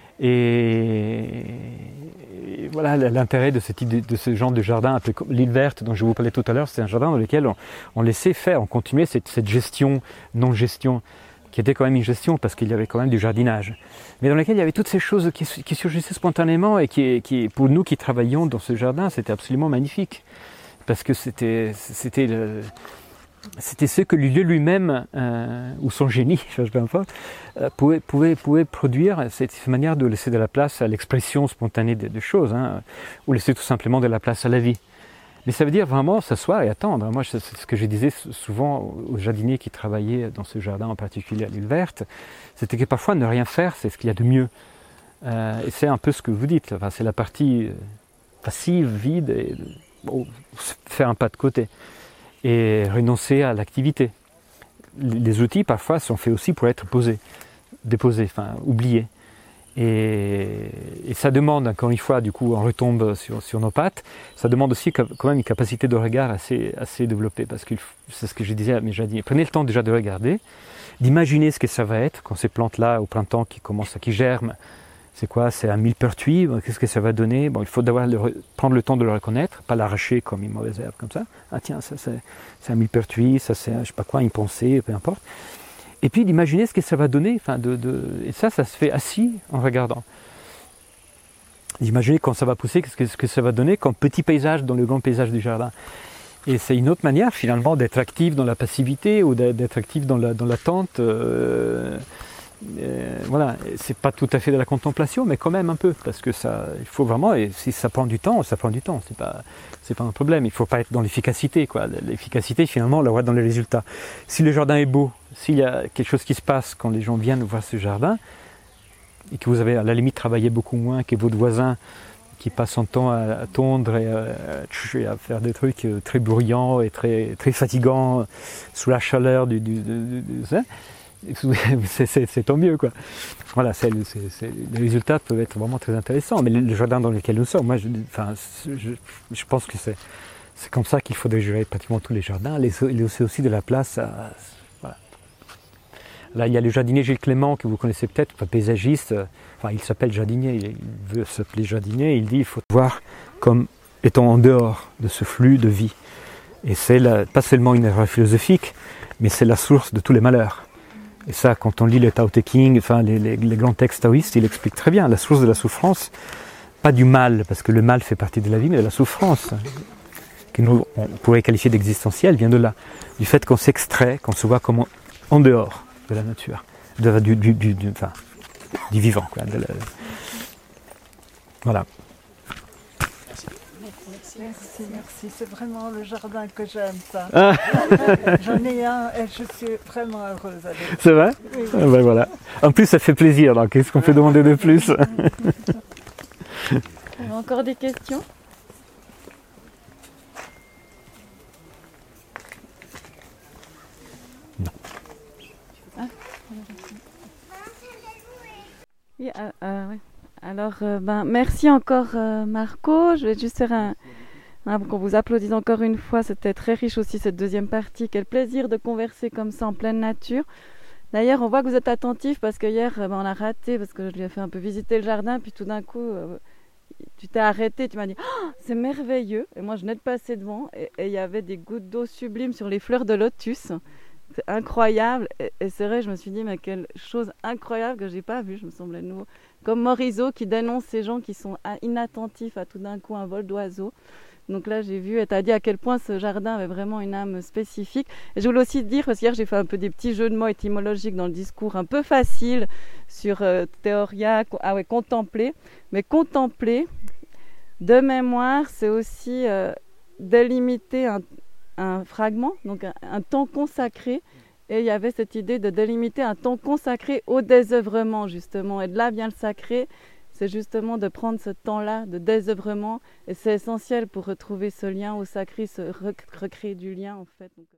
S2: Et, et voilà l'intérêt de, cette idée, de ce genre de jardin appelé l'île verte dont je vous parlais tout à l'heure. C'est un jardin dans lequel on, on laissait faire, on continuait cette, cette gestion, non-gestion, qui était quand même une gestion parce qu'il y avait quand même du jardinage, mais dans lequel il y avait toutes ces choses qui, qui surgissaient spontanément et qui, qui, pour nous qui travaillions dans ce jardin, c'était absolument magnifique. Parce que c'était, c'était le... C'était ce que le lieu lui-même, euh, ou son génie, je ne sais pas, euh, pouvait, pouvait, pouvait produire, cette manière de laisser de la place à l'expression spontanée des de choses, hein, ou laisser tout simplement de la place à la vie. Mais ça veut dire vraiment s'asseoir et attendre. Moi, c'est ce que je disais souvent aux jardiniers qui travaillaient dans ce jardin, en particulier à l'île verte, c'était que parfois ne rien faire, c'est ce qu'il y a de mieux. Euh, et c'est un peu ce que vous dites, enfin, c'est la partie passive, vide, et bon, faire un pas de côté. Et renoncer à l'activité. Les outils, parfois, sont faits aussi pour être posés, déposés, enfin, oubliés. Et, et ça demande, encore une fois, du coup, on retombe sur, sur nos pattes, ça demande aussi quand même une capacité de regard assez, assez développée, parce que c'est ce que je disais à mes jardiniers. Prenez le temps déjà de regarder, d'imaginer ce que ça va être quand ces plantes-là, au printemps, qui commencent, qui germent. C'est quoi? C'est un millepertuis. Qu'est-ce que ça va donner? Bon, il faut d'abord le, prendre le temps de le reconnaître, pas l'arracher comme une mauvaise herbe comme ça. Ah tiens, ça c'est, c'est un millepertuis, ça c'est, je sais pas quoi, une pensée, peu importe. Et puis d'imaginer ce que ça va donner. Enfin, de, de, et ça, ça se fait assis en regardant. D'imaginer quand ça va pousser, qu'est-ce que, ce que ça va donner comme petit paysage dans le grand paysage du jardin. Et c'est une autre manière finalement d'être actif dans la passivité ou d'être actif dans la, dans l'attente. Euh, Euh, voilà, c'est pas tout à fait de la contemplation, mais quand même un peu, parce que ça, il faut vraiment, et si ça prend du temps, ça prend du temps, c'est pas, c'est pas un problème, il faut pas être dans l'efficacité, quoi. L'efficacité, finalement, on la voit dans les résultats. Si le jardin est beau, s'il y a quelque chose qui se passe quand les gens viennent voir ce jardin, et que vous avez à la limite travaillé beaucoup moins que votre voisin, qui passe son temps à, à tondre et à, à faire des trucs très bruyants et très, très fatigants sous la chaleur du, du, du, du, du c'est tant mieux, quoi. Voilà, c'est, c'est, c'est, les résultats peuvent être vraiment très intéressants, mais le, le jardin dans lequel nous sommes, moi, je, enfin, je, je pense que c'est, c'est comme ça qu'il faudrait gérer pratiquement tous les jardins. Il laisser aussi de la place à, voilà. Là, il y a le jardinier Gilles Clément, que vous connaissez peut-être, un paysagiste. Enfin, il s'appelle jardinier, il veut s'appeler jardinier. Il dit qu'il faut voir comme étant en dehors de ce flux de vie. Et c'est la, pas seulement une erreur philosophique, mais c'est la source de tous les malheurs. Et ça, quand on lit le Tao Te Ching, enfin les, les, les grands textes taoïstes, il explique très bien la source de la souffrance, pas du mal, parce que le mal fait partie de la vie, mais de la souffrance, que nous on pourrait qualifier d'existentielle, vient de là, du fait qu'on s'extrait, qu'on se voit comme en dehors de la nature, de, du, du, du, du, enfin, du vivant, quoi, de la... Voilà.
S9: Merci, merci. C'est vraiment le jardin que j'aime, ça.
S2: Ah.
S9: J'en ai un et je suis vraiment heureuse avec.
S2: C'est vrai?
S9: Oui, oui.
S2: Ah ben voilà. En plus, ça fait plaisir, donc qu'est-ce qu'on peut demander de plus?
S1: On a encore des questions?
S2: Non.
S1: Ah. Oui, euh, euh, ouais. Alors, euh, ben, merci encore euh, Marco. Je vais juste faire un... Hein, qu'on vous applaudisse encore une fois. C'était très riche aussi cette deuxième partie. Quel plaisir de converser comme ça en pleine nature. D'ailleurs, on voit que vous êtes attentifs parce que hier, euh, ben, on a raté parce que je lui ai fait un peu visiter le jardin. Puis tout d'un coup, euh, tu t'es arrêté. Tu m'as dit oh, « c'est merveilleux ». Et moi, je venais de passer devant et il y avait des gouttes d'eau sublimes sur les fleurs de lotus. C'est incroyable. Et, et c'est vrai, je me suis dit « mais quelle chose incroyable que j'ai pas vue ». Je me semblais nouveau. Comme Morisot qui dénonce ces gens qui sont inattentifs à tout d'un coup un vol d'oiseaux. Donc là, j'ai vu, et tu as dit à quel point ce jardin avait vraiment une âme spécifique. Et je voulais aussi te dire, parce qu'hier, j'ai fait un peu des petits jeux de mots étymologiques dans le discours, un peu facile sur euh, théoria, ah ouais, contempler. Mais contempler, de mémoire, c'est aussi euh, délimiter un, un fragment, donc un, un temps consacré. Et il y avait cette idée de délimiter un temps consacré au désœuvrement, justement. Et de là vient le sacré. C'est justement de prendre ce temps-là de désœuvrement. Et c'est essentiel pour retrouver ce lien au sacré, se recréer du lien, en fait. Donc...